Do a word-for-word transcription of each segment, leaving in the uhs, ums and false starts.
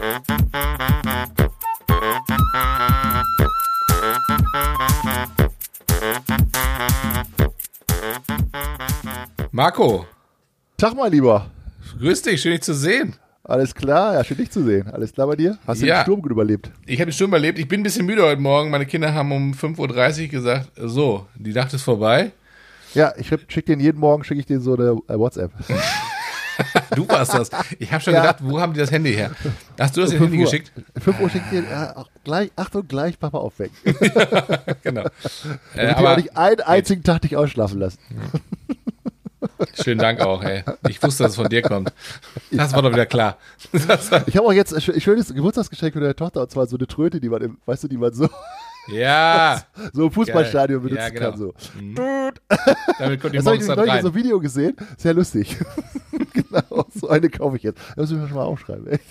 Marco. Tag mal lieber. Grüß dich, schön dich zu sehen. Alles klar, ja, schön dich zu sehen. Alles klar bei dir? Hast du ja. den Sturm gut überlebt? Ich habe den Sturm überlebt. Ich bin ein bisschen müde heute Morgen. Meine Kinder haben um fünf Uhr dreißig gesagt, so, die Nacht ist vorbei. Ja, ich schicke den jeden Morgen, schicke ich den so eine äh, WhatsApp. Du warst das. Ich habe schon ja. gedacht, wo haben die das Handy her? Hast du das um Handy Uhr. geschickt? fünf Uhr schickt ihr, ja, gleich, Achtung, gleich Papa aufwecken. Genau. Äh, äh, aber auch nicht einen einzigen Tag dich ausschlafen lassen. Schönen Dank auch, ey. Ich wusste, dass es von dir kommt. Das war doch wieder klar. Ich habe auch jetzt ein schönes Geburtstagsgeschenk für deine Tochter, und zwar so eine Tröte, die man, im, weißt du, die man so, ja, so im Fußballstadion geil. benutzen Ja, genau. kann. So. Mhm. Damit kommt die Das habe ich morgens dann neulich in rein. so einem Video gesehen. Sehr lustig. Genau, so eine kaufe ich jetzt. Das muss ich mir schon mal aufschreiben. Ey.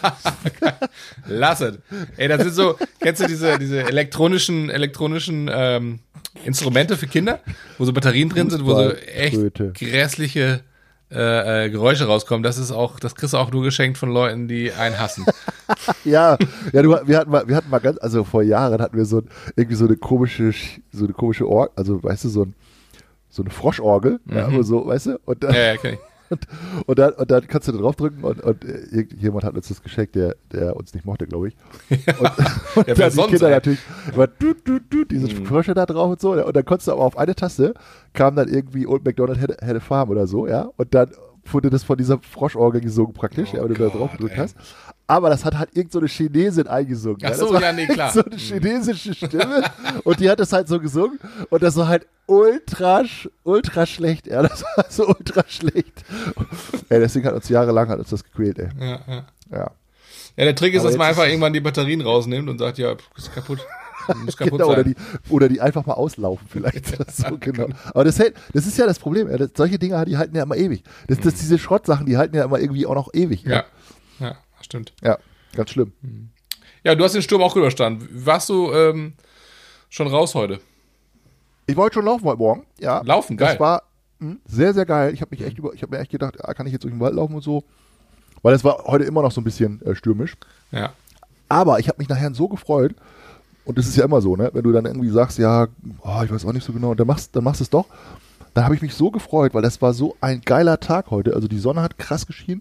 Lass es. Ey, das sind so, kennst du diese, diese elektronischen, elektronischen ähm, Instrumente für Kinder, wo so Batterien drin sind, wo so echt Tröte. grässliche äh, äh, Geräusche rauskommen. Das ist auch, das kriegst du auch nur geschenkt von Leuten, die einen hassen. Ja, ja, du, wir hatten mal, wir hatten mal ganz, also vor Jahren hatten wir so ein, irgendwie so eine komische, so eine komische Orgel, also weißt du, so ein, so eine Froschorgel, Mhm. ja, aber so, weißt du, und dann, Ja, ja, kenn ich. und, und, dann, und dann kannst du da draufdrücken und, und äh, jemand hat uns das geschenkt, der, der uns nicht mochte, glaube ich. Und, und Ja, wer dann die sonst, Kinder ey? natürlich, immer du, du, du, diese Mhm. Frösche da drauf und so, ja, und dann konntest du aber auf eine Taste, kam dann irgendwie Old MacDonald had, had a Farm oder so, ja, und dann wurde das von dieser Froschorgel gesungen praktisch, Oh ja, wenn du Gott, da drauf gedrückt ey. hast. Aber das hat halt irgend so eine Chinesin eingesungen. Ach ja. so, Das war ja, nee, klar. So eine chinesische Stimme und die hat das halt so gesungen und das war halt ultra, sch- ultra schlecht, ja, das war so ultra schlecht. Ey, deswegen hat uns jahrelang hat uns das gequält, ey. Ja, ja. Ja. Ja, der Trick ist, Aber dass man jetzt einfach ist- irgendwann die Batterien rausnimmt und sagt, ja, ist kaputt. Muss kaputt Genau, oder, sein. die, oder die einfach mal auslaufen vielleicht. so, genau. Aber das, hält, das ist ja das Problem. Ja, das, solche Dinge, die halten ja immer ewig. Das, das, diese Schrottsachen, die halten ja immer irgendwie auch noch ewig. Ja, ja, stimmt. Ja, ganz schlimm. Ja, du hast den Sturm auch überstanden. Warst du ähm, schon raus heute? Ich wollte schon laufen heute Morgen. Ja. Laufen, geil. Das war mh, sehr, sehr geil. Ich habe mich echt über, ich habe mir echt gedacht, ah, kann ich jetzt durch den Wald laufen und so. Weil es war heute immer noch so ein bisschen äh, stürmisch. Ja. Aber ich habe mich nachher so gefreut. Und das ist ja immer so, ne? Wenn du dann irgendwie sagst, ja, oh, ich weiß auch nicht so genau, und dann machst, dann machst du es doch. Dann habe ich mich so gefreut, weil das war so ein geiler Tag heute. Also die Sonne hat krass geschienen.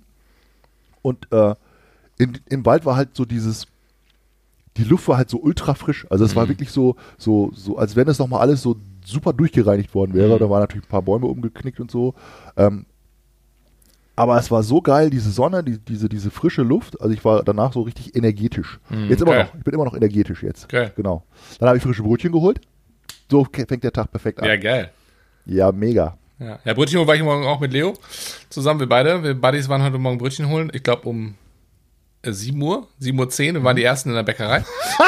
Und äh, in, im Wald war halt so dieses, die Luft war halt so ultra frisch. Also es war Mhm. wirklich so, so, so, als wenn das nochmal alles so super durchgereinigt worden wäre. Mhm. Da waren natürlich ein paar Bäume umgeknickt und so. Ähm, aber es war so geil, diese Sonne, die, diese, diese frische Luft. Also ich war danach so richtig energetisch. Mhm, jetzt immer geil. noch. Ich bin immer noch energetisch jetzt. Geil. Genau. Dann habe ich frische Brötchen geholt. So ke- fängt der Tag perfekt an. Ja, Ja, geil. mega. Ja, ja Brötchen holen war ich morgen auch mit Leo zusammen, wir beide. Wir Buddies waren heute Morgen Brötchen holen. Ich glaube um äh, sieben Uhr, sieben Uhr zehn. Wir waren die Ersten in der Bäckerei.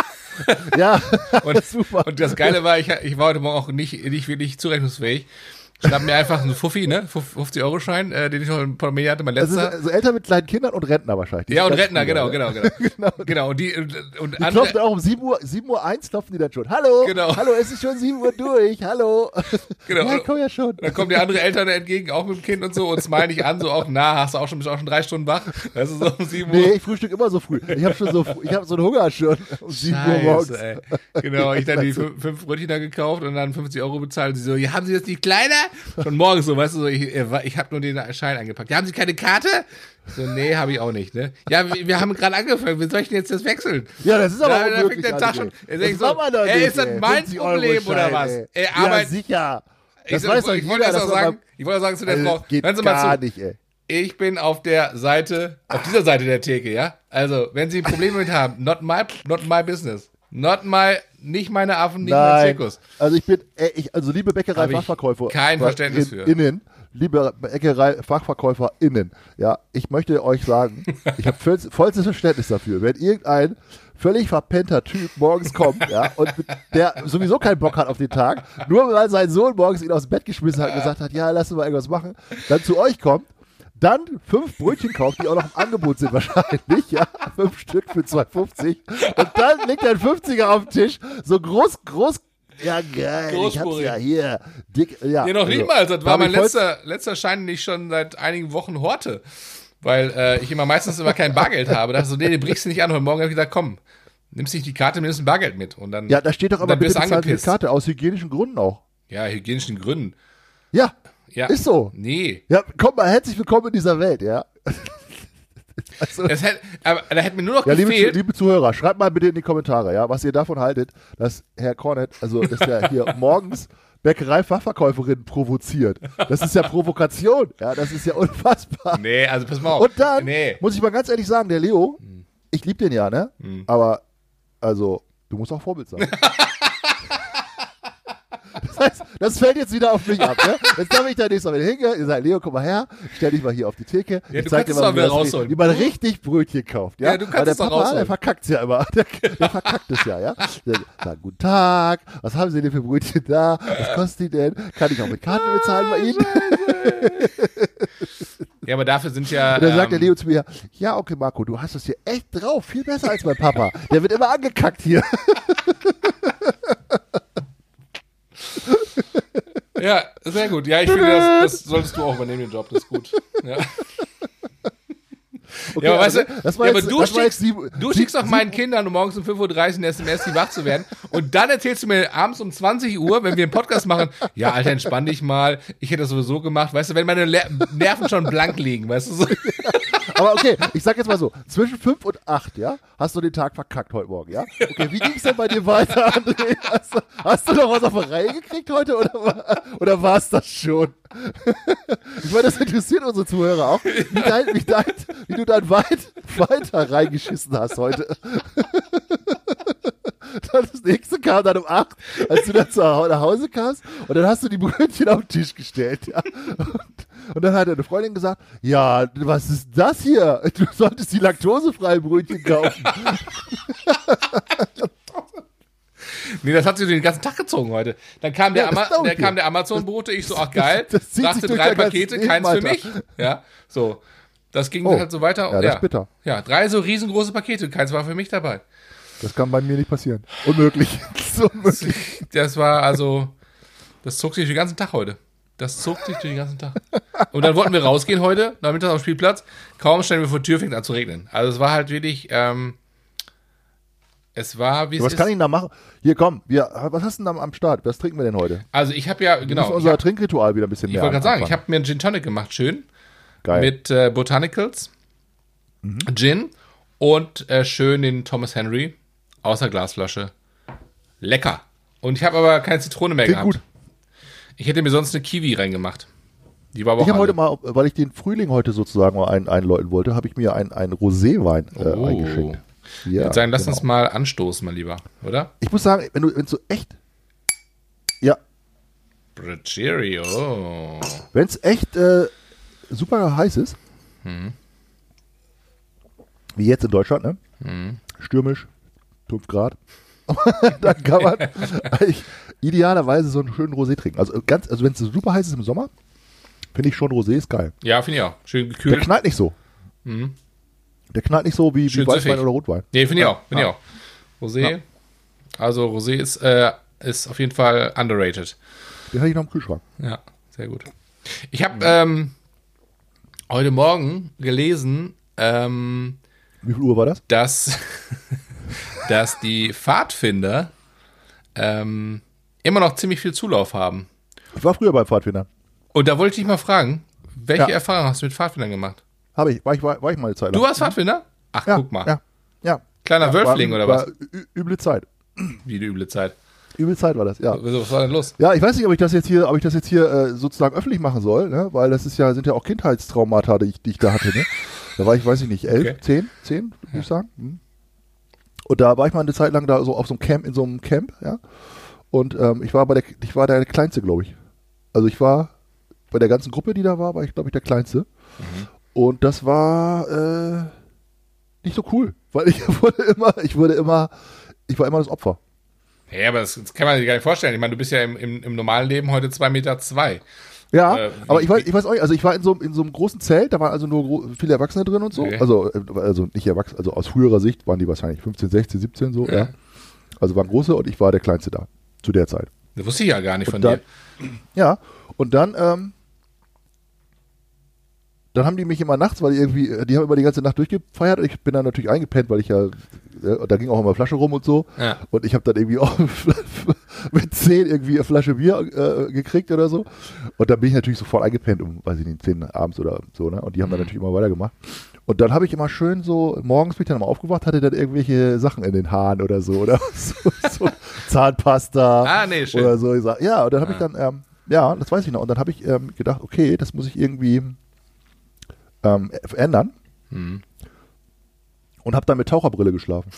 Ja, Und, super. und das Geile war, ich, ich war heute Morgen auch nicht, nicht wirklich zurechnungsfähig. Schnapp mir einfach einen Fuffi, ne? fünfzig-Euro-Schein, äh, den ich noch in Portemonnaie hatte, mein Das letzter. ist so Eltern mit kleinen Kindern und Rentner wahrscheinlich. Die Ja, sind und ganz Rentner, cool, genau, ne? genau, genau. genau. Genau, und die, und, und Die andere, klopfen auch um sieben Uhr, sieben Uhr eins klopfen die dann schon. Hallo, Genau. hallo, es ist schon sieben Uhr durch, hallo. Genau. Ja, ich komm ja schon. dann kommen die andere Eltern entgegen, auch mit dem Kind und so, und smile dich an, so auch, na, hast du auch schon, bist auch schon drei Stunden wach? Das ist so um sieben Uhr. Nee, ich frühstück immer so früh. Ich habe schon so, ich habe so einen Hunger schon um sieben Uhr morgens. Ey. Genau, ich dann die fünf, fünf Brötchen da gekauft und dann fünfzig Euro bezahlt. Und sie so, ja, haben Sie das nicht kleiner? Schon morgens so, weißt du, so, ich, ich habe nur den Schein eingepackt. Ja, haben Sie keine Karte? So, nee, habe ich auch nicht, ne? Ja, wir, wir haben gerade angefangen, wie soll ich denn jetzt das wechseln? Ja, das ist aber Da, da fängt unmöglich. der Tag schon. Alter, Ey, das denk machen wir doch ey, nicht, ist das ey. mein fünfzig Euro Problem oder Schein, was? Ey. Ey, Ja, Arbeit, sicher. Das ich, weiß doch ich jeder, wollte erst dass auch man sagen, ich wollte sagen zu der Also, Frau, das geht hören Sie gar mal zu, nicht, ey. ich bin auf der Seite, auf dieser Seite der Theke, ja? Also, wenn Sie Probleme mit haben, not my, not my business. Not my, nicht meine Affen, nicht mein Nein. Zirkus. Also ich bin, ey, ich, also liebe Hab ich Bäckerei-Fachverkäufer. kein Verständnis in, für. Innen, liebe Bäckerei-FachverkäuferInnen, ja, ich möchte euch sagen, ich habe voll, vollstes Verständnis dafür, wenn irgendein völlig verpennter Typ morgens kommt, ja, und mit, der sowieso keinen Bock hat auf den Tag, nur weil sein Sohn morgens ihn aus dem Bett geschmissen hat und gesagt hat, ja, lass uns mal irgendwas machen, dann zu euch kommt, dann fünf Brötchen kauft, die auch noch im Angebot sind wahrscheinlich, ja, fünf Stück für zwei fünfzig und dann legt er ein fünfziger auf den Tisch, so groß, groß, ja geil, ich hab's Großspurig. ja hier, dick, ja. Ja, noch also, niemals. Das da war hab mein ich voll- letzter, letzter Schein, den ich schon seit einigen Wochen horte. weil äh, ich immer meistens immer kein Bargeld habe. Da dachte ich so, nee, den brichst du nicht an. Und morgen habe ich gesagt, komm, nimmst nicht die Karte, nimmst ein Bargeld mit. Und dann, Ja, da steht doch aber dann bitte bist du bezahlen Sie die angepisst. Karte aus hygienischen Gründen auch. Ja, hygienischen Gründen. Ja, Ja. ist so. Nee. Ja, komm mal, herzlich willkommen in dieser Welt, ja. Also, Das hätte, aber da hätte mir nur noch ja, liebe, gefehlt. liebe Zuhörer, schreibt mal bitte in die Kommentare, ja, was ihr davon haltet, dass Herr Cornett, also dass der hier morgens Bäckerei-Fachverkäuferin provoziert. Das ist ja Provokation, ja, das ist ja unfassbar. Nee, also pass mal auf. Und dann nee. muss ich mal ganz ehrlich sagen, der Leo, ich liebe den ja, ne? Hm. Aber, also, du musst auch Vorbild sein. Das heißt, das fällt jetzt wieder auf mich ab, ne? Jetzt darf ich da nächstes Mal wieder hingehen, ihr sagt, Leo, komm mal her, stell dich mal hier auf die Theke. Ja, ich du zeig kannst dir es mal, doch wie, wieder das, rausholen. wie man richtig Brötchen kauft, ja? Ja, du kannst Weil der es doch Papa, rausholen. der verkackt ja immer. Der, der verkackt es ja, ja? Der sagt, guten Tag, was haben Sie denn für Brötchen da? Was kostet die denn? Kann ich auch mit Karte bezahlen bei Ihnen? Ja, aber dafür sind ja. Und dann sagt der ähm, Leo zu mir, ja, okay, Marco, du hast es hier echt drauf, viel besser als mein Papa. Der wird immer angekackt hier. Ja, sehr gut. Ja, ich finde, das, das solltest du auch übernehmen, den Job. Das ist gut. Ja. Okay, Ja, aber also, weißt du, das war ja, jetzt, aber du das war jetzt schickst, sieben, du schickst doch meinen Kindern um morgens um fünf Uhr dreißig eine S M S, die wach zu werden. Und dann erzählst du mir abends um zwanzig Uhr, wenn wir einen Podcast machen, ja, Alter, entspann dich mal. Ich hätte das sowieso gemacht. Weißt du, wenn meine Le Nerven schon blank liegen, weißt du so. Aber okay, ich sag jetzt mal so, zwischen fünf und acht, ja, hast du den Tag verkackt heute Morgen, ja? Okay, wie ging's denn bei dir weiter, André? Hast du, hast du noch was auf der Reihe gekriegt heute oder, war- oder war es das schon? Ich meine, das interessiert unsere Zuhörer auch, wie, dein, wie, dein, wie du dann weit, weiter reingeschissen hast heute. Dann das nächste kam dann um acht, als du dann zu Hau- nach Hause kamst und dann hast du die Brötchen auf den Tisch gestellt, ja. Und, und dann hat eine Freundin gesagt, ja, was ist das hier? Du solltest die laktosefreien Brötchen kaufen. Nee, das hat sie den ganzen Tag gezogen heute. Dann kam der, Ja, das Ama glaub ich der, kam dir. der Amazon-Bote, ich so, ach geil, das zieht sich brachte durch drei dein ganzes Pakete, Leben, keins für Alter. mich. Ja, so. Das ging Oh, halt so weiter. ja, das ist bitter. Ja, drei so riesengroße Pakete, keins war für mich dabei. Das kann bei mir nicht passieren. Unmöglich. Das ist unmöglich. Das war also, das zog sich den ganzen Tag heute. Das zog sich den ganzen Tag. Und dann wollten wir rausgehen heute, nachmittags auf dem Spielplatz. Kaum stellen wir vor der Tür, fängt an zu regnen. Also es war halt wirklich, ähm, es war, wie es Was ist. kann ich denn da machen? Hier, komm, wir, was hast du denn da am Start? Was trinken wir denn heute? Also ich habe ja, Wir müssen genau, ich, unser hab, Trinkritual wieder ein bisschen ich mehr wollte gerade sagen, ich anfangen. habe mir einen Gin Tonic gemacht, schön. Geil. Mit äh, Botanicals, Mhm. Gin und äh, schön den Thomas Henry aus der Glasflasche. Lecker. Und ich habe aber keine Zitrone mehr Klingt gehabt. gut. Ich hätte mir sonst eine Kiwi reingemacht. Die war aber auch Ich habe heute alle. mal, weil ich den Frühling heute sozusagen mal ein, einläuten wollte, habe ich mir einen ein Roséwein äh, Oh. eingeschenkt. Ich Ja, würde sagen, lass genau. uns mal anstoßen, mein Lieber, oder? Ich muss sagen, wenn du wenn so echt, ja, Cheerio. wenn es echt äh, super heiß ist, Mhm. wie jetzt in Deutschland, ne? Mhm. Stürmisch, fünf Grad, dann kann man eigentlich idealerweise so einen schönen Rosé trinken. Also ganz, also wenn es super heiß ist im Sommer, finde ich schon Rosé ist geil. Ja, finde ich auch. Schön Der gekühlt. knallt nicht so. Mhm. Der knallt nicht so wie, wie Schön Weißwein süffig. oder Rotwein. Nee, finde ich Ja. auch. Finde Ja. ich auch. Rosé. Also Rosé ist, äh, ist auf jeden Fall underrated. Den hatte ich noch im Kühlschrank. Ja, sehr gut. Ich habe ähm, heute Morgen gelesen, ähm, Wie viel Uhr war das? dass, dass die Pfadfinder ähm, immer noch ziemlich viel Zulauf haben. Ich war früher beim Pfadfinder. Und da wollte ich dich mal fragen, welche Ja. Erfahrung hast du mit Pfadfindern gemacht? Habe ich, war ich, war, war ich mal eine Zeit lang. Du warst Pfadfinder? Ach, ja, guck mal. Ja, ja. Kleiner ja, Wölfling war, oder war was? ü- Üble Zeit. Wie eine üble Zeit. Üble Zeit war das, ja. Wieso, was war denn los? Ja, ich weiß nicht, ob ich das jetzt hier, ob ich das jetzt hier äh, sozusagen öffentlich machen soll, ne? Weil das ist ja, sind ja auch Kindheitstraumata, die ich, die ich da hatte, ne? Da war ich, weiß ich nicht, elf, Okay. zehn, zehn, würde ich sagen. Hm. Und da war ich mal eine Zeit lang da so auf so einem Camp, in so einem Camp, ja. Und ähm, ich war bei der, ich war der Kleinste, glaube ich. Also ich war bei der ganzen Gruppe, die da war, war ich, glaube ich, der Kleinste. Mhm. Und das war äh, nicht so cool, weil ich wurde immer, ich wurde immer, ich war immer das Opfer. Ja, aber das, das kann man sich gar nicht vorstellen. Ich meine, du bist ja im, im, im normalen Leben heute zwei Meter zwei. Ja, Äh, aber wie- ich weiß, ich weiß auch nicht, also ich war in so, in so einem großen Zelt, da waren also nur gro- viele Erwachsene drin und so. Okay. Also, äh, also nicht Erwachsene, also aus früherer Sicht waren die wahrscheinlich fünfzehn, sechzehn, siebzehn so, ja. Ja. Also waren große und ich war der Kleinste da, zu der Zeit. Das wusste ich ja gar nicht von Und dann, dir. ja, und dann, ähm, dann haben die mich immer nachts, weil die irgendwie, die haben immer die ganze Nacht durchgefeiert und ich bin dann natürlich eingepennt, weil ich ja, ja da ging auch immer Flasche rum und so. Ja. Und ich habe dann irgendwie auch mit zehn irgendwie eine Flasche Bier äh, gekriegt oder so. Und dann bin ich natürlich sofort eingepennt um, weiß ich nicht, zehn abends oder so, ne? Und die haben dann Mhm. natürlich immer weitergemacht. Und dann habe ich immer schön so, morgens bin ich dann immer aufgewacht, hatte dann irgendwelche Sachen in den Haaren oder so, oder so, so Zahnpasta Ah, nee, schön. oder so. Ich sag, ja, und dann habe Ja. ich dann, ähm, ja, das weiß ich noch. Und dann habe ich ähm, gedacht, okay, das muss ich irgendwie ähm, ändern. Mhm. Und habe dann mit Taucherbrille geschlafen.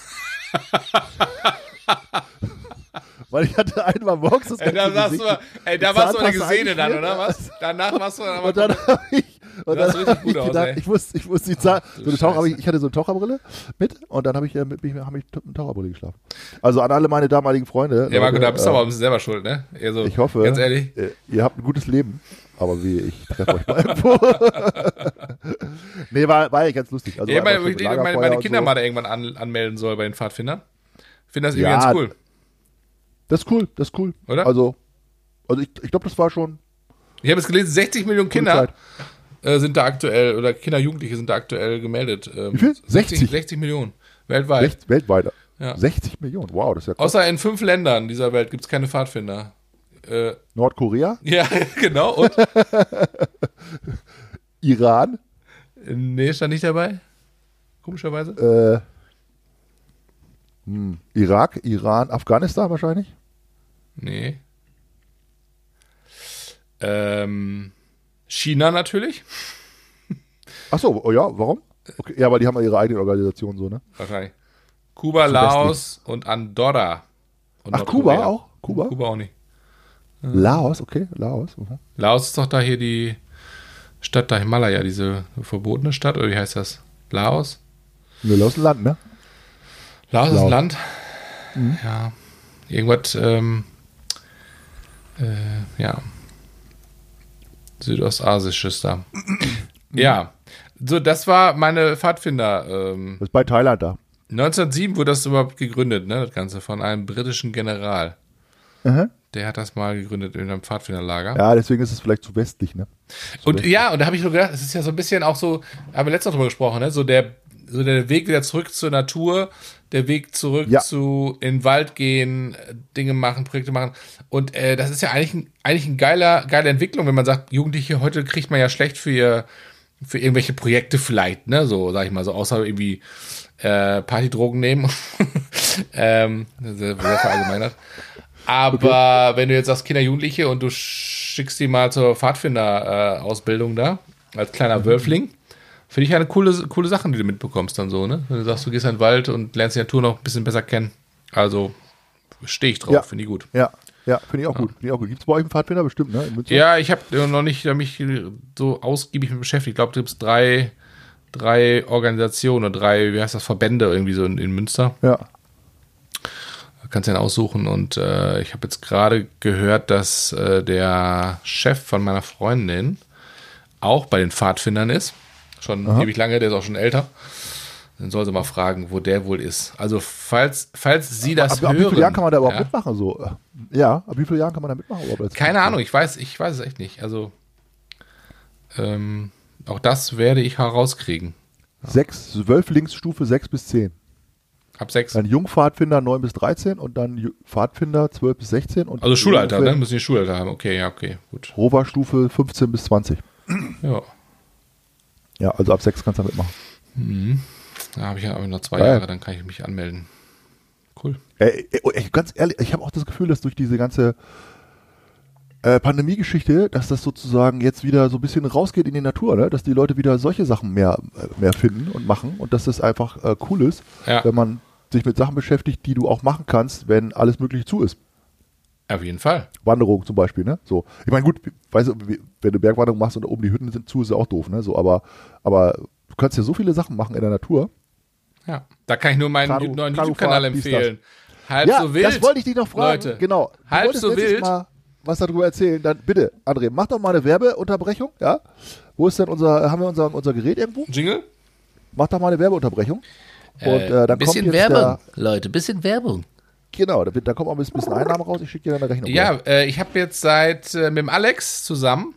Weil ich hatte einmal morgens das Ey, ganze da warst Gesicht du, ey, da mit warst du eine Zahnpasta Gesehene dann, eingeschmiert. oder was? Danach warst du dann aber Und dann habe ich, und Du dann sahst richtig hab ich, gut aus, gedacht, ey. ich muss, ich muss die Zahn, du so eine Taucher, hab ich, Scheiße. ich hatte so eine Taucherbrille mit und dann habe ich, äh, mit, mich- hab ich mit Taucherbrille geschlafen. Also an alle meine damaligen Freunde. Ja, Marco, Leute, da bist du äh, aber ein bisschen selber schuld, ne? Eher so, Ich hoffe, Ganz ehrlich. äh, ihr habt ein gutes Leben. Aber wie, ich treffe euch mal irgendwo. Nee, war, war ja ganz lustig. Also Ja, einfach meine, so ich meine, Lagerfeuer meine und Kinder so. mal da irgendwann an, anmelden soll bei den Pfadfindern. Ich finde das irgendwie Ja, ganz cool, Das ist cool, das ist cool. oder? Also, also ich, ich glaube, das war schon Ich habe jetzt gelesen, sechzig Millionen gute Kinder Zeit. äh, sind da aktuell, oder Kinder, Jugendliche sind da aktuell gemeldet. Ähm, Wie viel? sechzig? sechzig? sechzig Millionen. Weltweit. Echt, weltweit. Ja. sechzig Millionen, wow, das ist ja krass. Außer in fünf Ländern dieser Welt gibt es keine Pfadfinder. Äh, Nordkorea, ja, genau. Und? Iran, Nee, stand nicht dabei. Komischerweise. äh, hm, Irak, Iran, Afghanistan wahrscheinlich. Nee. Ähm, China natürlich. Ach so, oh ja, warum? Okay, ja, weil die haben ja ihre eigene Organisation so, ne? Wahrscheinlich. Kuba, Zu Laos und Andorra. Und Ach, Nordkorea. Kuba auch? Kuba? Kuba auch nicht. Laos, okay, Laos. Mhm. Laos ist doch da hier die Stadt da Himalaya, diese verbotene Stadt, oder wie heißt das? Laos? Ne, Laos ist ein Land, ne? Laos ist ein Laos. Land? Mhm. Ja. Irgendwas, ähm, äh, ja. Südostasisches da. Ja. So, das war meine Pfadfinder. Ähm, Das ist bei Thailand da. neunzehnhundertsieben wurde das überhaupt gegründet, ne, das Ganze, von einem britischen General. Mhm. Der hat das mal gegründet in einem Pfadfinderlager. Ja, deswegen ist es vielleicht zu westlich, ne? Und ja, und da habe ich nur gedacht, es ist ja so ein bisschen auch so, haben wir letztes Mal drüber gesprochen, ne? So der, so der Weg wieder zurück zur Natur, der Weg zurück Ja. zu in den Wald gehen, Dinge machen, Projekte machen. Und äh, das ist ja eigentlich ein, eigentlich ein geiler, geile Entwicklung, wenn man sagt, Jugendliche heute kriegt man ja schlecht für ihr, für irgendwelche Projekte vielleicht, ne? So, sag ich mal, so außer irgendwie äh, Partydrogen nehmen. ähm, sehr, sehr verallgemeinert. Aber wenn du jetzt sagst Kinder, Jugendliche und du schickst die mal zur Pfadfinder-Ausbildung da, als kleiner Wölfling, finde ich eine coole, coole Sachen, die du mitbekommst dann so, ne? Wenn du sagst, du gehst in den Wald und lernst die Natur noch ein bisschen besser kennen. Also stehe ich drauf, Ja. finde ich gut. Ja, ja, finde ich auch gut. Finde ich auch gut. Gibt es bei euch einen Pfadfinder bestimmt, ne? In Münster? Ja, ich habe noch nicht mich so ausgiebig mit beschäftigt. Ich glaube, da gibt es drei, drei Organisationen oder drei, wie heißt das, Verbände irgendwie so in, in Münster. Ja. Kannst du dann aussuchen und äh, ich habe jetzt gerade gehört, dass äh, der Chef von meiner Freundin auch bei den Pfadfindern ist. Schon Aha. ewig lange, der ist auch schon älter. Dann soll sie mal fragen, wo der wohl ist. Also falls, falls Sie das ab, ab hören. wie vielen Jahren kann man da überhaupt ja, mitmachen? So? Ja, ab wie vielen Jahren kann man da mitmachen? Überhaupt als Keine Pfadfinder? Ahnung, ich weiß, ich weiß es echt nicht. Also ähm, auch das werde ich herauskriegen. Sechs, Wölflingsstufe sechs bis zehn. Ab sechs. Dann Jungpfadfinder neun bis dreizehn und dann Ju- Pfadfinder zwölf bis sechzehn. Und Also Schulalter, ungefähr ne? Müssen die Schulalter haben. Okay, ja, okay, gut. Roverstufe fünfzehn bis zwanzig. Ja. Ja, also ab sechs kannst du da mitmachen. Mhm. Da habe ich ja aber noch zwei Geil. Jahre, dann kann ich mich anmelden. Cool. Ey, ey, ey, ganz ehrlich, ich habe auch das Gefühl, dass durch diese ganze äh, Pandemie-Geschichte, dass das sozusagen jetzt wieder so ein bisschen rausgeht in die Natur, ne? Dass die Leute wieder solche Sachen mehr, äh, mehr finden und machen und dass das einfach äh, cool ist, Ja. wenn man sich mit Sachen beschäftigt, die du auch machen kannst, wenn alles Mögliche zu ist. Auf jeden Fall. Wanderung zum Beispiel, ne? So. Ich meine, gut, weißt du, wie- wenn du Bergwanderung machst und oben die Hütten sind zu, ist ja auch doof, ne? So, aber, aber du kannst ja so viele Sachen machen in der Natur. Ja. Da kann ich nur meinen Kanu- neuen Kanufahren, YouTube-Kanal dies, empfehlen. Halb ja, so wild. das wollte ich dich noch fragen. Leute. Genau. Du Halb wolltest so letztes wild. Mal was darüber erzählen. Dann bitte, André, mach doch mal eine Werbeunterbrechung, ja? Wo ist denn unser, haben wir unser, unser Gerät irgendwo? Jingle? Mach doch mal eine Werbeunterbrechung. Und äh, dann bisschen kommt jetzt Werbung, der, Leute, bisschen Werbung. genau, da, wird- da kommt auch ein bisschen Einnahme raus. Ich schicke dir dann eine Rechnung. Ja, äh, ich habe jetzt seit äh, mit dem Alex zusammen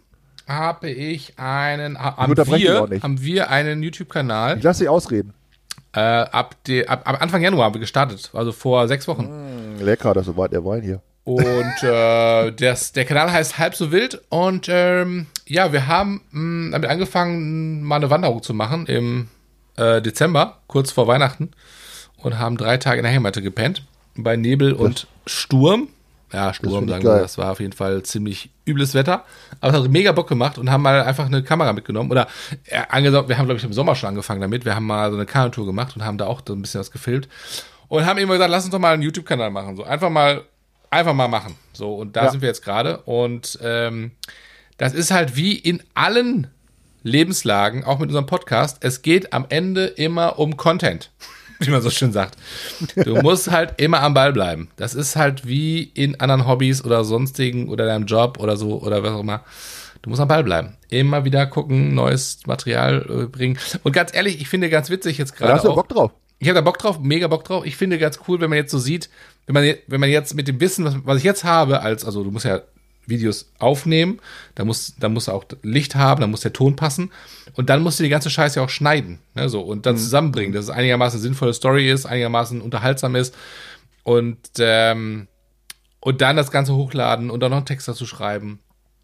habe ich einen, ha- Ich haben unterbreche dich auch wir, nicht. haben wir einen YouTube-Kanal. Ich lasse dich ausreden. Äh, ab, de, ab, ab Anfang Januar haben wir gestartet, also vor sechs Wochen. Mm, lecker, das ist soweit der Wein hier. Und äh, das, der Kanal heißt Halb so wild. Und ähm, ja, wir haben mh, damit angefangen, mal eine Wanderung zu machen im äh, Dezember, kurz vor Weihnachten. Und haben drei Tage in der Hängematte gepennt. Bei Nebel und Sturm. Ja, Sturm, find ich sagen wir. geil. Das war auf jeden Fall ziemlich übles Wetter. Aber es hat mega Bock gemacht und haben mal einfach eine Kamera mitgenommen. Oder äh, angesagt, wir haben, glaube ich, im Sommer schon angefangen damit. Wir haben mal so eine Kanutour gemacht und haben da auch so ein bisschen was gefilmt. Und haben immer gesagt, lass uns doch mal einen YouTube-Kanal machen. So einfach mal, einfach mal machen. So, und da Ja. sind wir jetzt gerade. Und ähm, das ist halt wie in allen Lebenslagen, auch mit unserem Podcast. Es geht am Ende immer um Content. Wie man so schön sagt. Du musst halt immer am Ball bleiben. Das ist halt wie in anderen Hobbys oder sonstigen oder deinem Job oder so oder was auch immer. Du musst am Ball bleiben. Immer wieder gucken, neues Material äh, bringen. Und ganz ehrlich, ich finde ganz witzig jetzt Da gerade hast du auch. Bock drauf. Ich habe da Bock drauf, mega Bock drauf. Ich finde ganz cool, wenn man jetzt so sieht, wenn man, wenn man jetzt mit dem Wissen, was, was ich jetzt habe, als, also du musst ja Videos aufnehmen, da muss, da muss auch Licht haben, da muss der Ton passen und dann musst du die ganze Scheiße ja auch schneiden, ne, so, und dann zusammenbringen, dass es einigermaßen sinnvolle Story ist, einigermaßen unterhaltsam ist und, ähm, und dann das Ganze hochladen und dann noch einen Text dazu schreiben.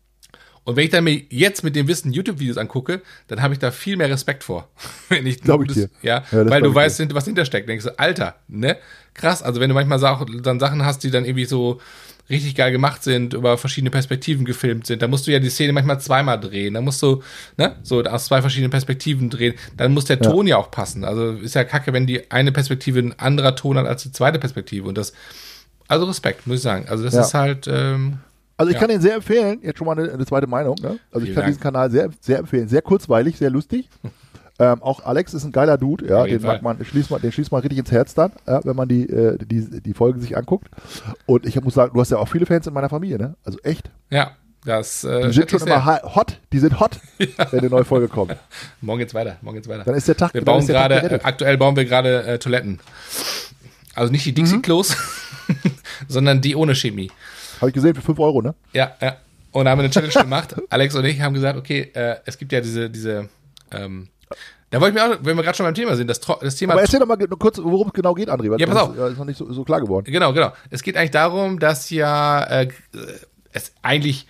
Und wenn ich dann mir jetzt mit dem Wissen YouTube-Videos angucke, dann habe ich da viel mehr Respekt vor. Wenn ich Glaub ich das- dir. Ja, Ja, das weil du glaub ich weißt, was hintersteckt. Denkst du, Alter, ne? Krass. Also wenn du manchmal Sa- dann Sachen hast, die dann irgendwie so richtig geil gemacht sind, über verschiedene Perspektiven gefilmt sind, dann musst du ja die Szene manchmal zweimal drehen. Dann musst du, ne, so aus zwei verschiedenen Perspektiven drehen. Dann muss der Ja. Ton ja auch passen. Also ist ja kacke, wenn die eine Perspektive ein anderer Ton hat als die zweite Perspektive. Und das, also Respekt, muss ich sagen. Also das Ja. ist halt, ähm, Also ich Ja. kann den sehr empfehlen, jetzt schon mal eine, eine zweite Meinung. Ne? Also ich Vielen kann Dank. diesen Kanal sehr, sehr empfehlen. Sehr kurzweilig, sehr lustig. ähm, auch Alex ist ein geiler Dude, ja, Auf jeden den mag Fall. man, den schließt man, den schließt man richtig ins Herz dann, ja, wenn man die, äh, die, die Folgen sich anguckt. Und ich muss sagen, du hast ja auch viele Fans in meiner Familie, ne? Also echt. ja, das, äh, Die sind schätze schon ich immer sehr. ha- hot, die sind hot, wenn eine neue Folge kommt. Morgen geht's weiter, morgen geht's weiter. Dann ist der Tag, Wir dann bauen ist der Tag gerade, äh, gerettet. aktuell bauen wir gerade äh, Toiletten. Also nicht die Dixie-Klos, sondern die ohne Chemie. Habe ich gesehen, für fünf Euro, ne? Ja, ja. Und da haben wir eine Challenge gemacht. Alex und ich haben gesagt, okay, äh, es gibt ja diese, diese, ähm, da wollte ich mir auch, wenn wir gerade schon beim Thema sind, das, Tro- das Thema, Aber erzähl doch mal ge- nur kurz, worum es genau geht, André, weil Ja, pass das auf. ist, äh, ist noch nicht so, so klar geworden. genau, genau. Es geht eigentlich darum, dass ja äh, es eigentlich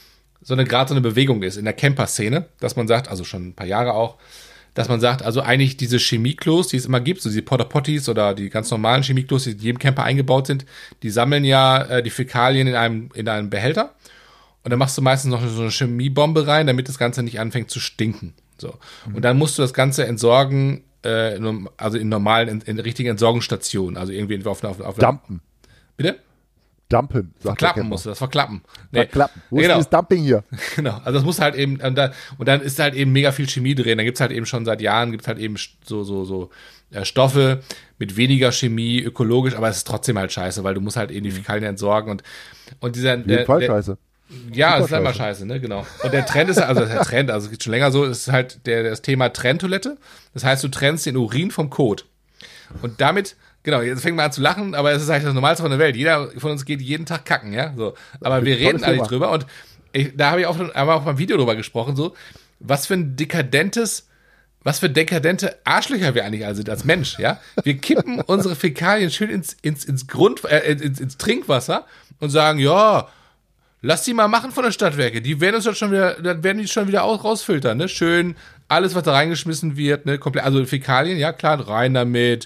so eine gerade so eine Bewegung ist in der Camper-Szene, dass man sagt, also schon ein paar Jahre auch, dass man sagt, also eigentlich diese Chemieklos, die es immer gibt, so diese Porta Potties oder die ganz normalen Chemieklos, die in jedem Camper eingebaut sind, die sammeln ja äh, die Fäkalien in einem in einem Behälter und dann machst du meistens noch so eine Chemiebombe rein, damit das Ganze nicht anfängt zu stinken. So. Und dann musst du das Ganze entsorgen, äh, in- also in normalen, in, in richtigen Entsorgungsstationen, also irgendwie auf einer auf, auf einer- Dumpen. Bitte? Dumpen, sagt der Verklappen Camper. musst du das, verklappen. Nee. Verklappen. Wo ist Genau. dieses Dumping hier? Genau, also das muss halt eben, und dann, und dann ist halt eben mega viel Chemie drin. Da gibt's halt eben schon seit Jahren, gibt's halt eben so, so, so äh, Stoffe mit weniger Chemie, ökologisch, aber es ist trotzdem halt scheiße, weil du musst halt eben die Fäkalien entsorgen und, und dieser, Auf jeden Fall der, scheiße. ja, Super es ist halt mal scheiße. scheiße, ne, genau. Und der Trend ist, also das ist der Trend, also es geht schon länger so, ist halt der, das Thema Trenntoilette. Das heißt, du trennst den Urin vom Kot. Und damit, genau, jetzt fängt man an zu lachen, aber es ist halt das Normalste von der Welt. Jeder von uns geht jeden Tag kacken, ja, so. Aber wir Tolles reden alle Thema. nicht drüber und ich, da habe ich auch, haben wir auch beim Video drüber gesprochen, so, was für ein dekadentes, was für dekadente Arschlöcher wir eigentlich alle sind als Mensch, ja. Wir kippen unsere Fäkalien schön ins, ins, ins Grund, äh, ins, ins Trinkwasser und sagen, ja, lass die mal machen von der Stadtwerke. Die werden uns das schon wieder, dann werden die schon wieder aus, rausfiltern, ne? Schön, alles, was da reingeschmissen wird, ne? Komplett, also Fäkalien, ja klar, rein damit.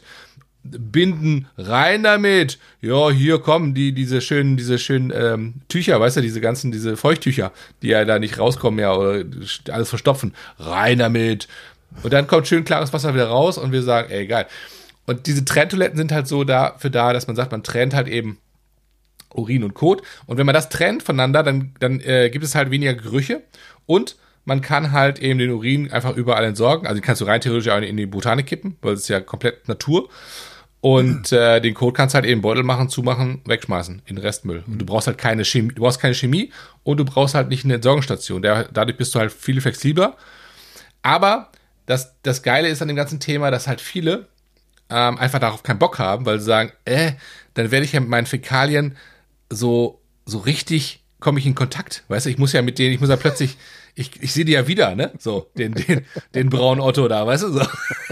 Binden, rein damit. Ja, hier kommen die, diese schönen, diese schönen ähm, Tücher, weißt du, diese ganzen, diese Feuchttücher, die ja da nicht rauskommen, ja, oder alles verstopfen. Rein damit. Und dann kommt schön klares Wasser wieder raus und wir sagen, ey, geil. Und diese Trenntoiletten sind halt so dafür da, dass man sagt, man trennt halt eben Urin und Kot. Und wenn man das trennt voneinander, dann, dann äh, gibt es halt weniger Gerüche und man kann halt eben den Urin einfach überall entsorgen. Also den kannst du rein theoretisch auch in die Botanik kippen, weil es ist ja komplett Natur. Und äh, den Kot kannst du halt eben Beutel machen, zumachen, wegschmeißen in den Restmüll. Und du brauchst halt keine Chemie, du brauchst keine Chemie und du brauchst halt nicht eine Entsorgungsstation. Der, dadurch bist du halt viel flexibler. Aber das, das Geile ist an dem ganzen Thema, dass halt viele ähm, einfach darauf keinen Bock haben, weil sie sagen, äh, dann werde ich ja mit meinen Fäkalien so, so richtig, komme ich in Kontakt. Weißt du, ich muss ja mit denen, ich muss ja plötzlich, ich, ich sehe die ja wieder, ne? So, den, den, den braunen Otto da, weißt du? So.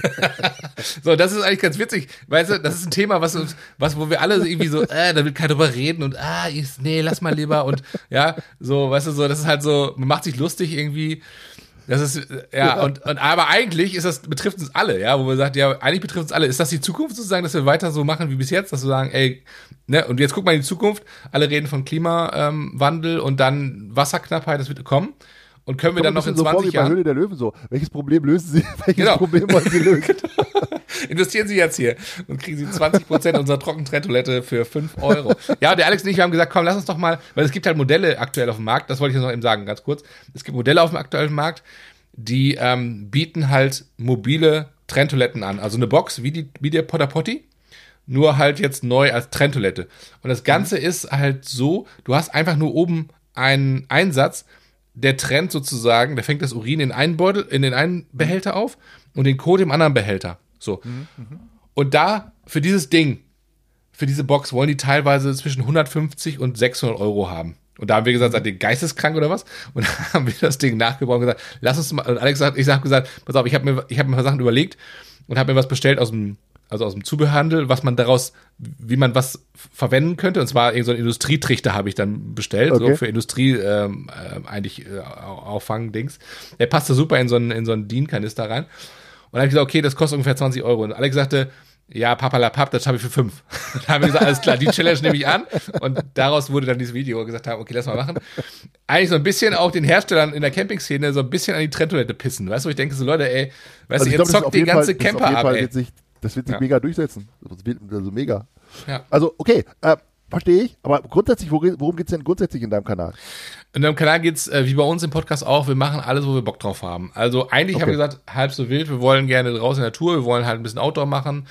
So, das ist eigentlich ganz witzig. Weißt du, das ist ein Thema, was uns, was, wo wir alle irgendwie so, äh, da will keiner drüber reden und ah, ist, nee, lass mal lieber und ja, so, weißt du, so, das ist halt so, man macht sich lustig irgendwie. Das ist, ja, und, und aber eigentlich ist das, betrifft uns alle, ja, wo wir sagen, ja, eigentlich betrifft uns alle. Ist das die Zukunft sozusagen, dass wir weiter so machen wie bis jetzt, dass wir sagen, ey, ne, und jetzt guck mal in die Zukunft, alle reden von Klimawandel und dann Wasserknappheit, das wird kommen. Und können wir dann noch in zwanzig so vor wie Jahren. Bei Höhle der Löwen so. Welches Problem lösen Sie? Welches Genau. Problem wollen Sie lösen? Investieren Sie jetzt hier und kriegen Sie zwanzig Prozent unserer Trockentrenntoilette für fünf Euro. Ja, und der Alex und ich, wir haben gesagt, komm, lass uns doch mal, weil es gibt halt Modelle aktuell auf dem Markt, das wollte ich jetzt noch eben sagen, ganz kurz. Es gibt Modelle auf dem aktuellen Markt, die ähm, bieten halt mobile Trenntoiletten an. Also eine Box wie, die, wie der Potter Potty, nur halt jetzt neu als Trenntoilette. Und das Ganze mhm. ist halt so, du hast einfach nur oben einen Einsatz, der trennt sozusagen, der fängt das Urin in einen Beutel, in den einen Behälter auf und den Kot im anderen Behälter. So. Mhm, mh. Und da, für dieses Ding, für diese Box wollen die teilweise zwischen hundertfünfzig und sechshundert Euro haben. Und da haben wir gesagt, seid ihr geisteskrank oder was? Und dann haben wir das Ding nachgebaut und gesagt, lass uns mal, und Alex sagt, ich habe gesagt, pass auf, ich habe mir, ich habe mir ein paar Sachen überlegt und habe mir was bestellt aus dem, also aus dem Zubehörhandel, was man daraus, wie man was verwenden könnte. Und zwar irgend so ein Industrietrichter habe ich dann bestellt, okay. So für Industrie ähm, äh, eigentlich äh, Auffangen-Dings. Der passte super in so einen, in so einen D I N-Kanister rein. Und dann habe ich gesagt, okay, das kostet ungefähr zwanzig Euro. Und Alex sagte, ja, papalapap, das habe ich für fünf. Dann haben wir gesagt, alles klar, die Challenge nehme ich an. Und daraus wurde dann dieses Video, wo wir gesagt haben, okay, lass mal machen. Eigentlich so ein bisschen auch den Herstellern in der Campingszene so ein bisschen an die Trenntoilette pissen. Weißt du, wo ich denke so, Leute, ey, weißt also du, ihr glaub, zockt den ganzen Camper ab, ey. Wird sich, das wird sich ja. mega durchsetzen. Das wird also mega. Ja. Also, okay, äh, verstehe ich. Aber grundsätzlich, worum geht es denn grundsätzlich in deinem Kanal? In deinem Kanal geht's äh, wie bei uns im Podcast auch, wir machen alles, wo wir Bock drauf haben. Also eigentlich okay. haben wir gesagt, halb so wild, wir wollen gerne draußen in der Natur, wir wollen halt ein bisschen Outdoor machen.